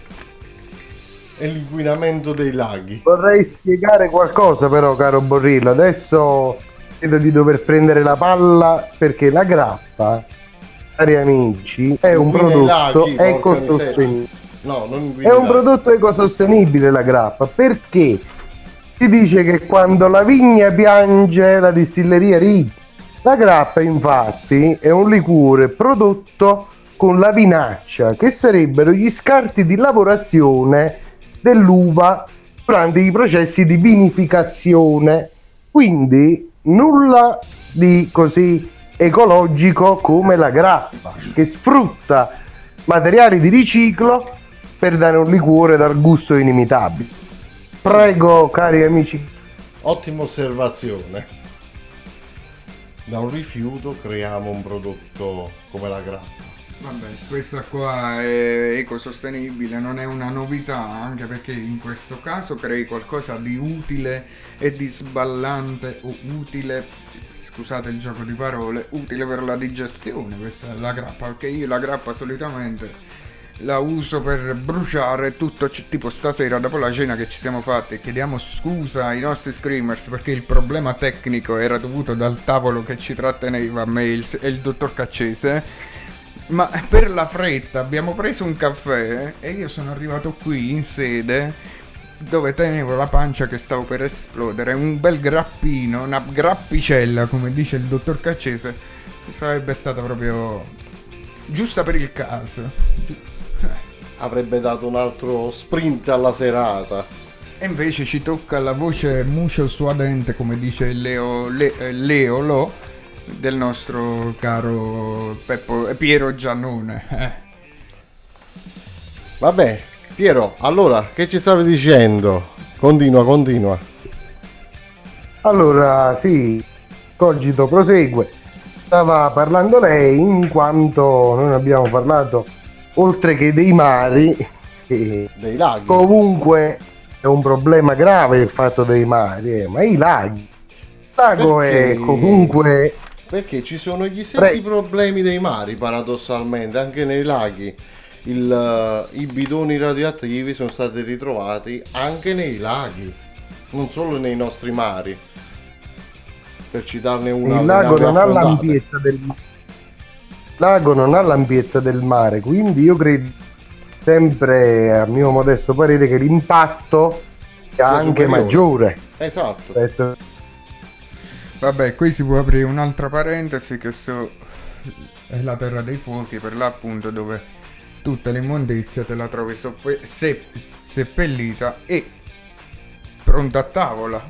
e l'inquinamento dei laghi. Vorrei spiegare qualcosa però, caro Borrillo. Adesso credo di dover prendere la palla, perché la grappa, cari amici, è un Inquina i prodotto laghi, porca ecosostenibile. No, non inquina È i un laghi. prodotto ecosostenibile la grappa, perché si dice che quando la vigna piange la distilleria ride. La grappa infatti è un liquore prodotto con la vinaccia, che sarebbero gli scarti di lavorazione dell'uva durante i processi di vinificazione, quindi nulla di così ecologico come la grappa, che sfrutta materiali di riciclo per dare un liquore dal gusto inimitabile. Prego, cari amici. Ottima osservazione. Da un rifiuto creiamo un prodotto come la grappa. Vabbè, questa qua è ecosostenibile, non è una novità, anche perché in questo caso crei qualcosa di utile e di sballante, o utile, scusate il gioco di parole, utile per la digestione. Questa è la grappa, perché io la grappa solitamente la uso per bruciare tutto, c- tipo stasera dopo la cena che ci siamo fatti. Chiediamo scusa ai nostri screamers perché il problema tecnico era dovuto dal tavolo che ci tratteneva me e il, e il dottor Caccese. Ma per la fretta abbiamo preso un caffè e io sono arrivato qui in sede dove tenevo la pancia che stavo per esplodere. Un bel grappino, una grappicella, come dice il dottor Caccese, sarebbe stata proprio giusta per il caso. Avrebbe dato un altro sprint alla serata. E invece ci tocca la voce muscio suadente, come dice Leo, Le, eh, Leo Lo, del nostro caro Peppo, Piero Giannone. Eh. Vabbè, Piero, allora, che ci stavi dicendo? Continua, continua. Allora, sì, Cogito prosegue. Stava parlando lei, in quanto noi abbiamo parlato, oltre che dei mari, che dei laghi. Comunque è un problema grave il fatto dei mari, eh, ma i laghi. Il lago Perché? è comunque... Perché ci sono gli stessi Pre- problemi dei mari, paradossalmente, anche nei laghi. Il, uh, I bidoni radioattivi sono stati ritrovati anche nei laghi, non solo nei nostri mari. Per citarne una. Il lago non ha affrontata. l'ampiezza del il lago non ha l'ampiezza del mare, quindi io credo, sempre a mio modesto parere, che l'impatto sia anche superiore. maggiore. Esatto. Rispetto- Vabbè, qui si può aprire un'altra parentesi che so è la terra dei fuochi, per l'appunto, dove tutta l'immondizia te la trovi soppe- se- seppellita e pronta a tavola.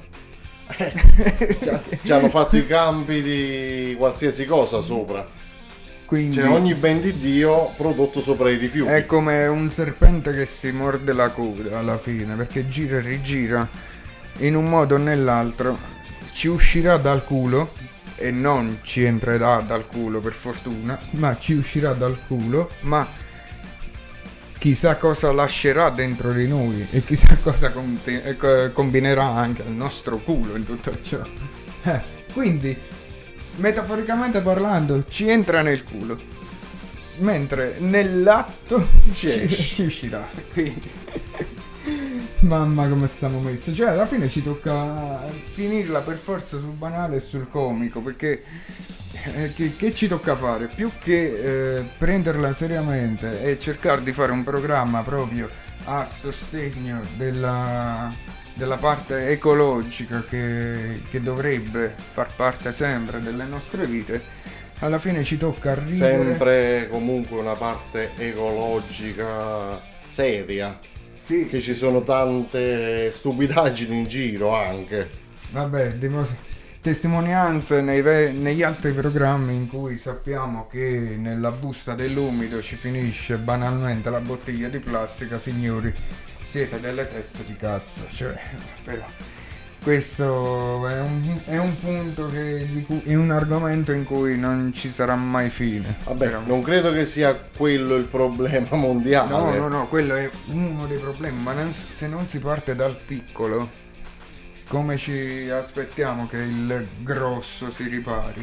Ci hanno fatto i campi di qualsiasi cosa sopra. Quindi C'è ogni ben di Dio prodotto sopra i rifiuti. è come un serpente che si morde la coda alla fine, perché gira e rigira in un modo o nell'altro, ci uscirà dal culo e non ci entrerà dal culo, per fortuna, ma ci uscirà dal culo, ma chissà cosa lascerà dentro di noi e chissà cosa conti- eh, co- combinerà anche al nostro culo in tutto ciò. Eh, quindi, metaforicamente parlando, ci entra nel culo, mentre nell'atto Ci ci, esce. ci uscirà. Quindi, mamma come stiamo messi. Cioè, alla fine ci tocca finirla per forza sul banale e sul comico, perché eh, che, che ci tocca fare? Più che eh, prenderla seriamente e cercare di fare un programma proprio a sostegno della, della parte ecologica che, che dovrebbe far parte sempre delle nostre vite, alla fine ci tocca ridere. Sempre comunque una parte ecologica seria. Sì. Che ci sono tante stupidaggini in giro anche. Vabbè, dimos- testimonianze nei ve- negli altri programmi in cui sappiamo che nella busta dell'umido ci finisce banalmente la bottiglia di plastica. Signori, siete delle teste di cazzo, cioè, però questo è un, è un punto che di cui- è un argomento in cui non ci sarà mai fine. Vabbè, Però- non credo che sia quello il problema mondiale. No, no, no, quello è uno dei problemi, ma non- se non si parte dal piccolo, come ci aspettiamo che il grosso si ripari?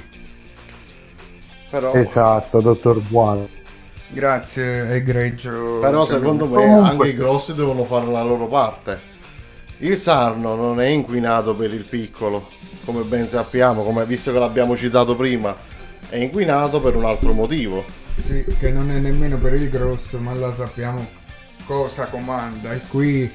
Però, Esatto, dottor Buono. Grazie, egregio. però secondo me Comunque- anche i grossi devono fare la loro parte. Il Sarno non è inquinato per il piccolo, come ben sappiamo, come visto che l'abbiamo citato prima, è inquinato per un altro motivo. Sì, che non è nemmeno per il grosso, ma la sappiamo cosa comanda. E qui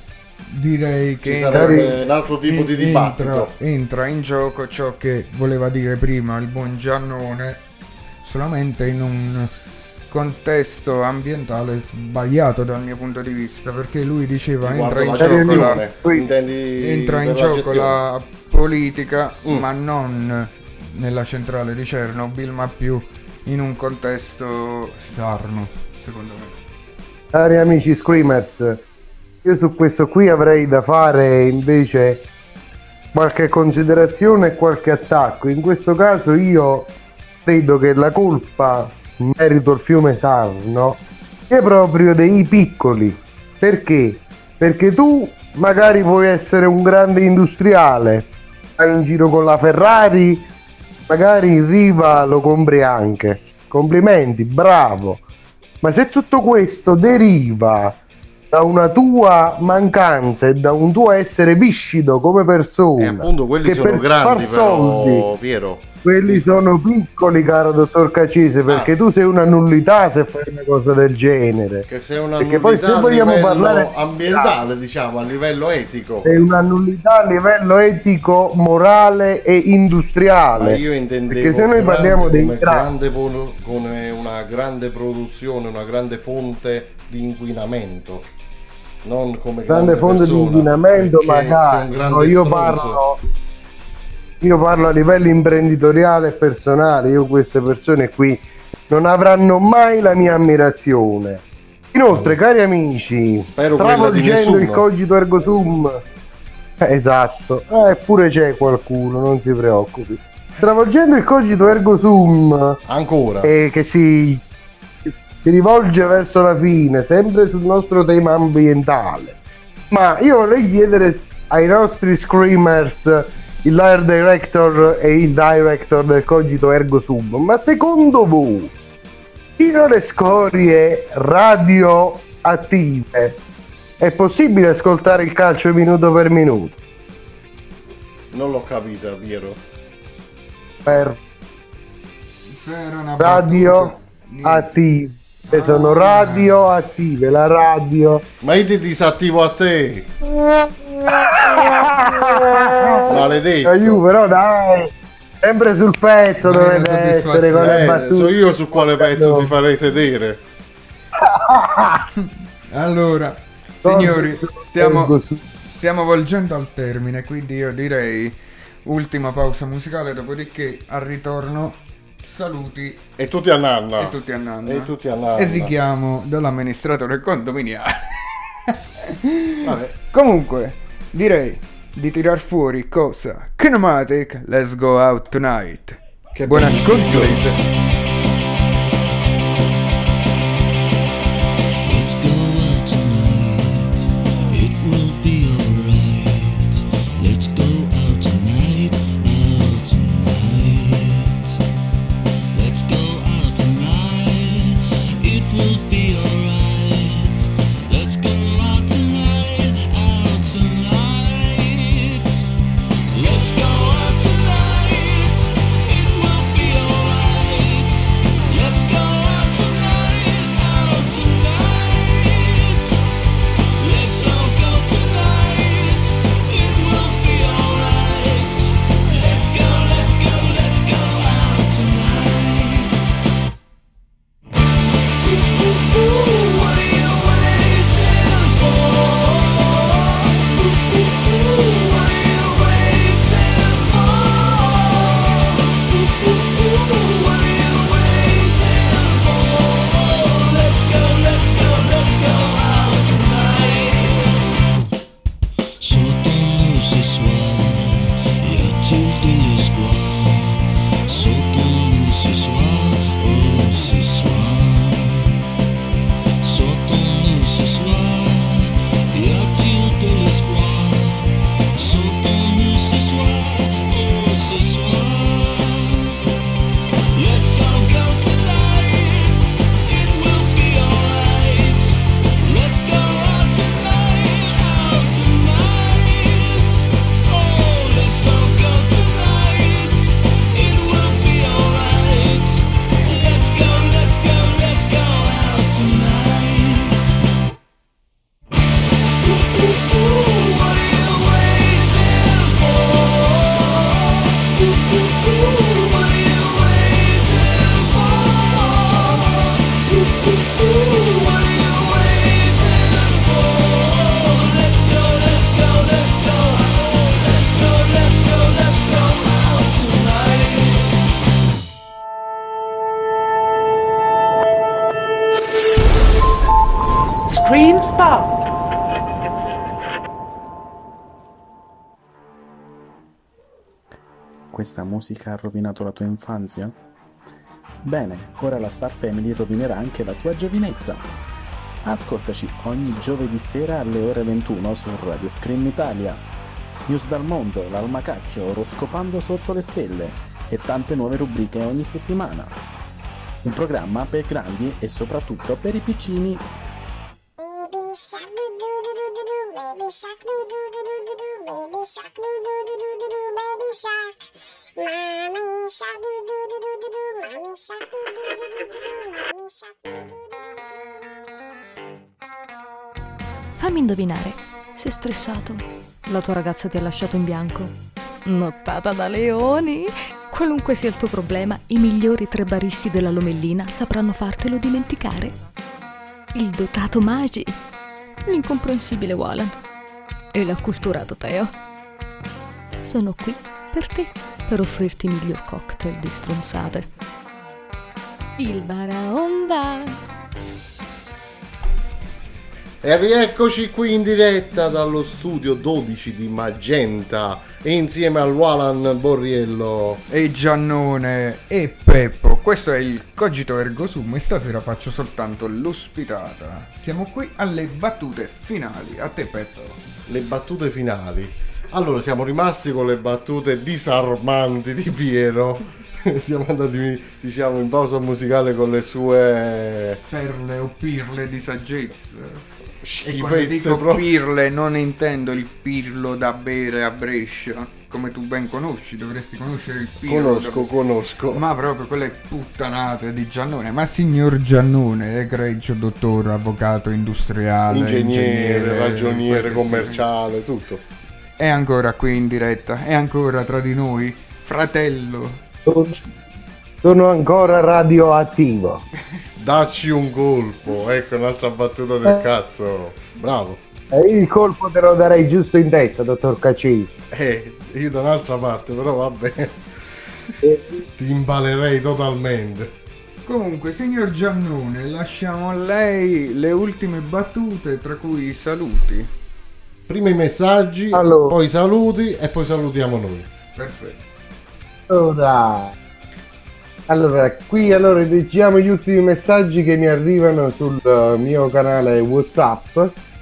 direi che Ci sarebbe un altro tipo di entra- dibattito. entra in gioco ciò che voleva dire prima il buon Giannone, solamente in un contesto ambientale sbagliato dal mio punto di vista, perché lui diceva entra in Riguardo la gioco la, gestione, intendi entra in per la gioco gestione? la politica, Mm. ma non nella centrale di Chernobyl, ma più in un contesto sarno, secondo me. Cari amici Screamers, io su questo qui avrei da fare invece qualche considerazione e qualche attacco. In questo caso io credo che la colpa in merito al fiume Sarno è proprio dei piccoli. Perché? Perché tu magari puoi essere un grande industriale, vai in giro con la Ferrari, magari in riva lo compri anche. Complimenti, bravo. Ma se tutto questo deriva da una tua mancanza e da un tuo essere viscido come persona, E appunto quelli che sono per grandi far però, soldi, Piero. quelli sono piccoli, caro dottor Cacese, perché Ah. tu sei una nullità se fai una cosa del genere. Che sei una Perché poi se nullità a vogliamo livello parlare ambientale, diciamo, a livello etico. sei una nullità a livello etico, morale e Ma industriale. io intendevo Perché se noi grande parliamo dei come, grandi, grande polo- come una grande produzione, una grande fonte di inquinamento, non come grande fonte di persona, inquinamento, perché sei un magari grande no, io stronzo. parlo io parlo a livello imprenditoriale e personale. Io queste persone qui non avranno mai la mia ammirazione. Inoltre, cari amici, Spero quella di stravolgendo il nessuno. cogito ergo sum, eh, esatto, eh, eppure c'è qualcuno, non si preoccupi. Stravolgendo il cogito ergo sum, Ancora. e che si, si rivolge verso la fine, sempre sul nostro tema ambientale. Ma io vorrei chiedere ai nostri screamers, il live director e il director del cogito ergo sum, ma secondo voi fino alle scorie radioattive è possibile ascoltare il calcio minuto per minuto? Non l'ho capita, Piero. Per C'era una radio battuta. attive, sono radioattive, la radio. Ma io ti disattivo a te. Maledetto. Aiuto, però dai, Sempre sul pezzo dovete essere con le Eh, battute. so io su quale pezzo ti farei sedere. Allora, signori, stiamo, stiamo volgendo al termine, quindi io direi ultima pausa musicale, dopodiché al ritorno saluti E tutti a nanna. e tutti a nanna. E tutti a nanna. E richiamo dall'amministratore condominiale. Vabbè. Comunque, direi di tirar fuori cosa? Kinematic, let's go out tonight. Che Buon bello ascolto. inglese. Screen Spot. Questa musica ha rovinato la tua infanzia? Bene, ora la Star Family rovinerà anche la tua giovinezza. Ascoltaci ogni giovedì sera alle ore ventuno su Radio Scream Italia. News dal mondo, l'almacacchio, oroscopando sotto le stelle e tante nuove rubriche ogni settimana. Un programma per grandi e soprattutto per i piccini. Baby shark doo doo doo doo doo doo, baby shark doo doo doo doo doo doo, baby shark. Mommy shark doo doo doo doo doo doo, mommy shark doo doo doo doo doo, mommy shark doo doo doo. Fammi indovinare, sei stressato? La tua ragazza ti ha lasciato in bianco? Nottata da leoni? Qualunque sia il tuo problema, i migliori tre baristi della Lomellina sapranno fartelo dimenticare. Il dotato Magi, l'incomprensibile Walan e l'acculturato Teo sono qui per te, per offrirti i miglior cocktail di stronzate. Il Baraonda. E rieccoci qui in diretta dallo studio dodici di Magenta e insieme al Walan Borriello e Giannone e Peppo. Questo è il Cogito Ergo Sum e stasera faccio soltanto l'ospitata. Siamo qui alle battute finali. A te Peppo. Le battute finali. Allora siamo rimasti con le battute disarmanti di Piero. Siamo andati, diciamo, in pausa musicale con le sue perle o pirle di saggezza. E quando schifezze dico proprio. pirle non intendo il pirlo da bere a Brescia, come tu ben conosci, dovresti conoscere il pirlo. Conosco, da... conosco. Ma proprio quelle puttanate di Giannone. Ma signor Giannone, egregio dottore, avvocato industriale, Ingegnere, ingegnere ragioniere quelle- commerciale, tutto. È ancora qui in diretta, è ancora tra di noi, fratello. Sono ancora radioattivo. Dacci un colpo, ecco un'altra battuta del cazzo. Bravo. E il colpo te lo darei giusto in testa, dottor Cacci. Eh, io da un'altra parte, però vabbè. Ti imbalerei totalmente. Comunque, signor Giannone, lasciamo a lei le ultime battute, tra cui i saluti. Prima i messaggi, allora, poi i saluti e poi salutiamo noi. Perfetto. Ora, allora qui allora leggiamo gli ultimi messaggi che mi arrivano sul uh, mio canale WhatsApp.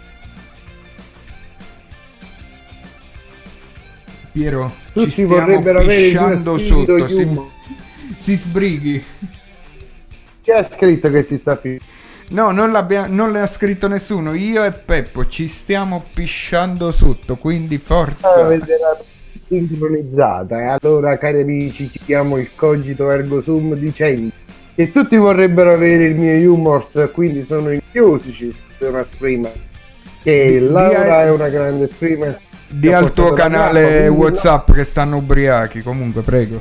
Piero, tutti ci stiamo vorrebbero avere il pisciando sotto, si, humor. si sbrighi. Chi ha scritto che si sta pisciando? No, non, non le ha scritto nessuno, io e Peppo ci stiamo pisciando sotto, quindi forza. Ah, vedrà sincronizzata. E allora, cari amici, chiamo il Cogito Ergo Sum dicendo che tutti vorrebbero avere il mio humor, quindi sono invidiosi, ci scrive una screamer, che di, Laura di è una grande screamer. Di al tuo canale WhatsApp no. Che stanno ubriachi, comunque prego.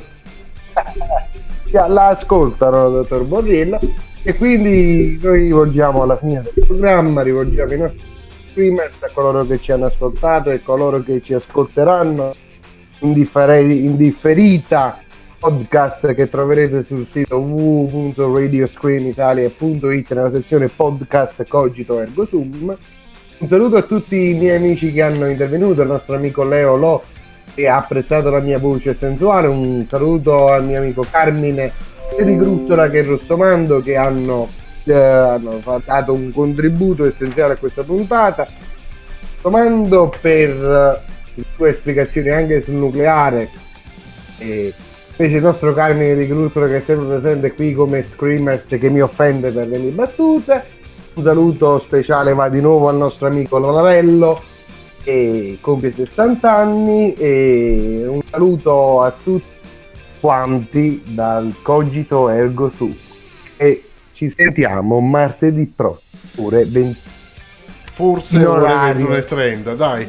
La ascoltano, dottor Borriello, e quindi noi rivolgiamo alla fine del programma, rivolgiamo i nostri streamers, a coloro che ci hanno ascoltato e coloro che ci ascolteranno in, differ- in differita podcast che troverete sul sito w w w punto radio scream italia punto it nella sezione podcast Cogito Ergo Sum. Un saluto a tutti i miei amici che hanno intervenuto, il nostro amico Leo Lo che ha apprezzato la mia voce sensuale, un saluto al mio amico Carmine sia di Gruttola che Rossomando che hanno, eh, hanno dato un contributo essenziale a questa puntata. Rossomando per uh, le tue spiegazioni anche sul nucleare, e invece il nostro Carmine di Gruttola che è sempre presente qui come screamers che mi offende per le mie battute. Un saluto speciale va di nuovo al nostro amico Lolavello che compie sessanta anni, e un saluto a tutti quanti dal Cogito Ergo Sum, e ci sentiamo martedì prossimo, ore venti, forse in ore orario ventuno e trenta, dai,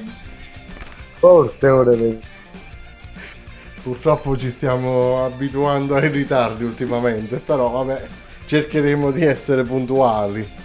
forse ore venti. Purtroppo ci stiamo abituando ai ritardi ultimamente, però vabbè, cercheremo di essere puntuali.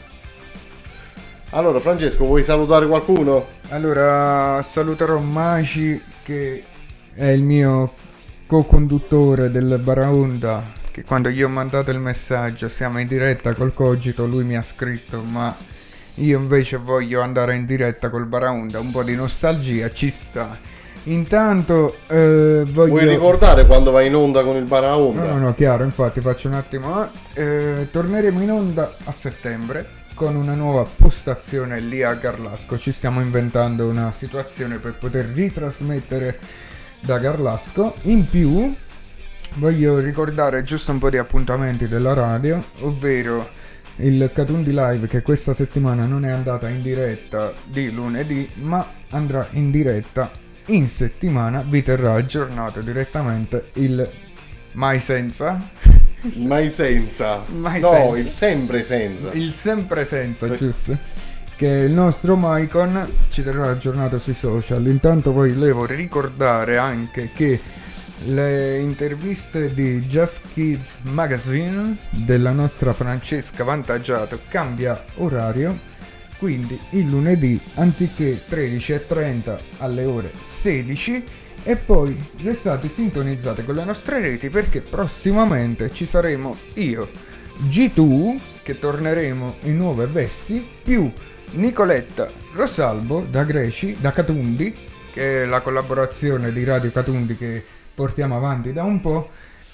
Allora Francesco, vuoi salutare qualcuno? Allora saluterò Maci che è il mio co-conduttore del Baraonda, che quando gli ho mandato il messaggio siamo in diretta col Cogito, lui mi ha scritto ma io invece voglio andare in diretta col Baraonda, un po' di nostalgia ci sta. Intanto eh, voglio... Vuoi ricordare quando vai in onda con il Baraonda? No, no, no, chiaro, infatti faccio un attimo. Eh, torneremo in onda a settembre con una nuova postazione lì a Garlasco. Ci stiamo inventando una situazione per poter ritrasmettere da Garlasco. In più voglio ricordare giusto un po' di appuntamenti della radio, ovvero il Catundi Live che questa settimana non è andata in diretta di lunedì, ma andrà in diretta in settimana, vi terrà aggiornato direttamente il Mai Senza Mai senza Mai no senza. il sempre senza il sempre senza Beh. giusto, che il nostro Maicon ci terrà aggiornato sui social. Intanto poi volevo ricordare anche che le interviste di Just Kids Magazine della nostra Francesca Vantaggiato cambia orario, quindi il lunedì anziché tredici e trenta alle ore sedici. E poi restate sintonizzate con le nostre reti perché prossimamente ci saremo io, G due, che torneremo in nuove vesti, più Nicoletta Rosalbo da Greci, da Catundi, che è la collaborazione di Radio Catundi che portiamo avanti da un po'.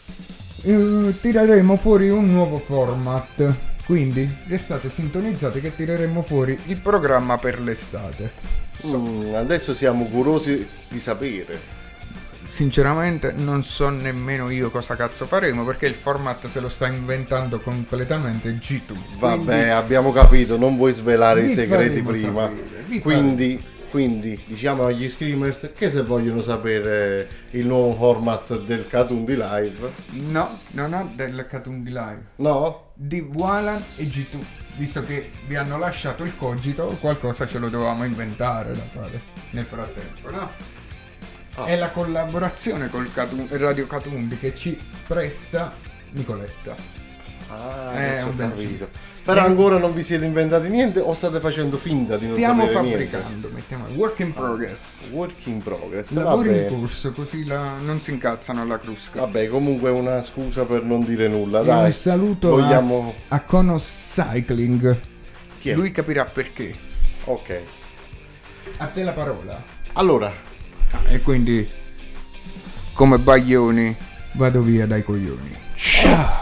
Eh, tireremo fuori un nuovo format, quindi restate sintonizzati che tireremo fuori il programma per l'estate. Mm, adesso siamo curiosi di sapere. Sinceramente non so nemmeno io cosa cazzo faremo perché il format se lo sta inventando completamente G due. Vabbè, quindi abbiamo capito, non vuoi svelare i segreti prima. Sapere, quindi, quindi diciamo agli screamers che se vogliono sapere il nuovo format del Catundi Live. No, non ho del Catundi Live. No? Di Walan e G due. Visto che vi hanno lasciato il Cogito, qualcosa ce lo dovevamo inventare da fare nel frattempo, no? Ah. È la collaborazione col Catum- Radio Catumbi che ci presta Nicoletta. Ah, è un bel capito. Però ancora non vi siete inventati niente o state facendo finta di non Stiamo sapere fabbricando, niente? mettiamo work in progress. Work in progress. Lavori Vabbè. in corso, così la, non si incazzano alla crusca. Vabbè, comunque è una scusa per non dire nulla, E dai. un saluto Vogliamo... a, a Cono Cycling. Chi è? Lui capirà perché. Ok. A te la parola. Allora. Ah, e quindi, come Baglioni, vado via dai coglioni. Ciao.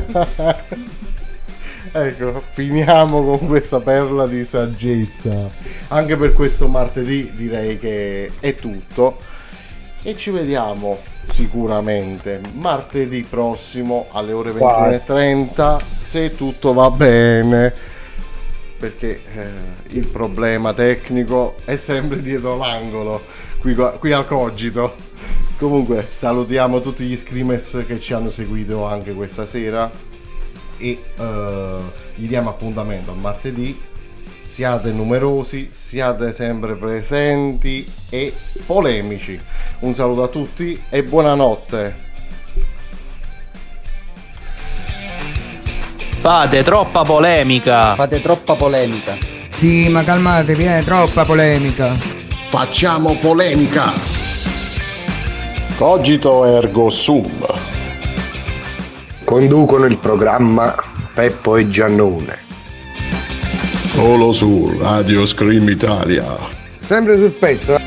Ecco, finiamo con questa perla di saggezza. Anche per questo martedì direi che è tutto. E ci vediamo sicuramente martedì prossimo alle ore ventuno e trenta, se tutto va bene. Perché eh, il problema tecnico è sempre dietro l'angolo, qui, qui al Cogito. Comunque salutiamo tutti gli screamers che ci hanno seguito anche questa sera e uh, gli diamo appuntamento a martedì. Siate numerosi, siate sempre presenti e polemici. Un saluto a tutti e buonanotte. Fate troppa polemica. Fate troppa polemica. Sì, ma calmatevi, è troppa polemica. Facciamo polemica. Cogito ergo sum. Conducono il programma Peppo e Giannone. Solo su Radio Scream Italia. Sempre sul pezzo.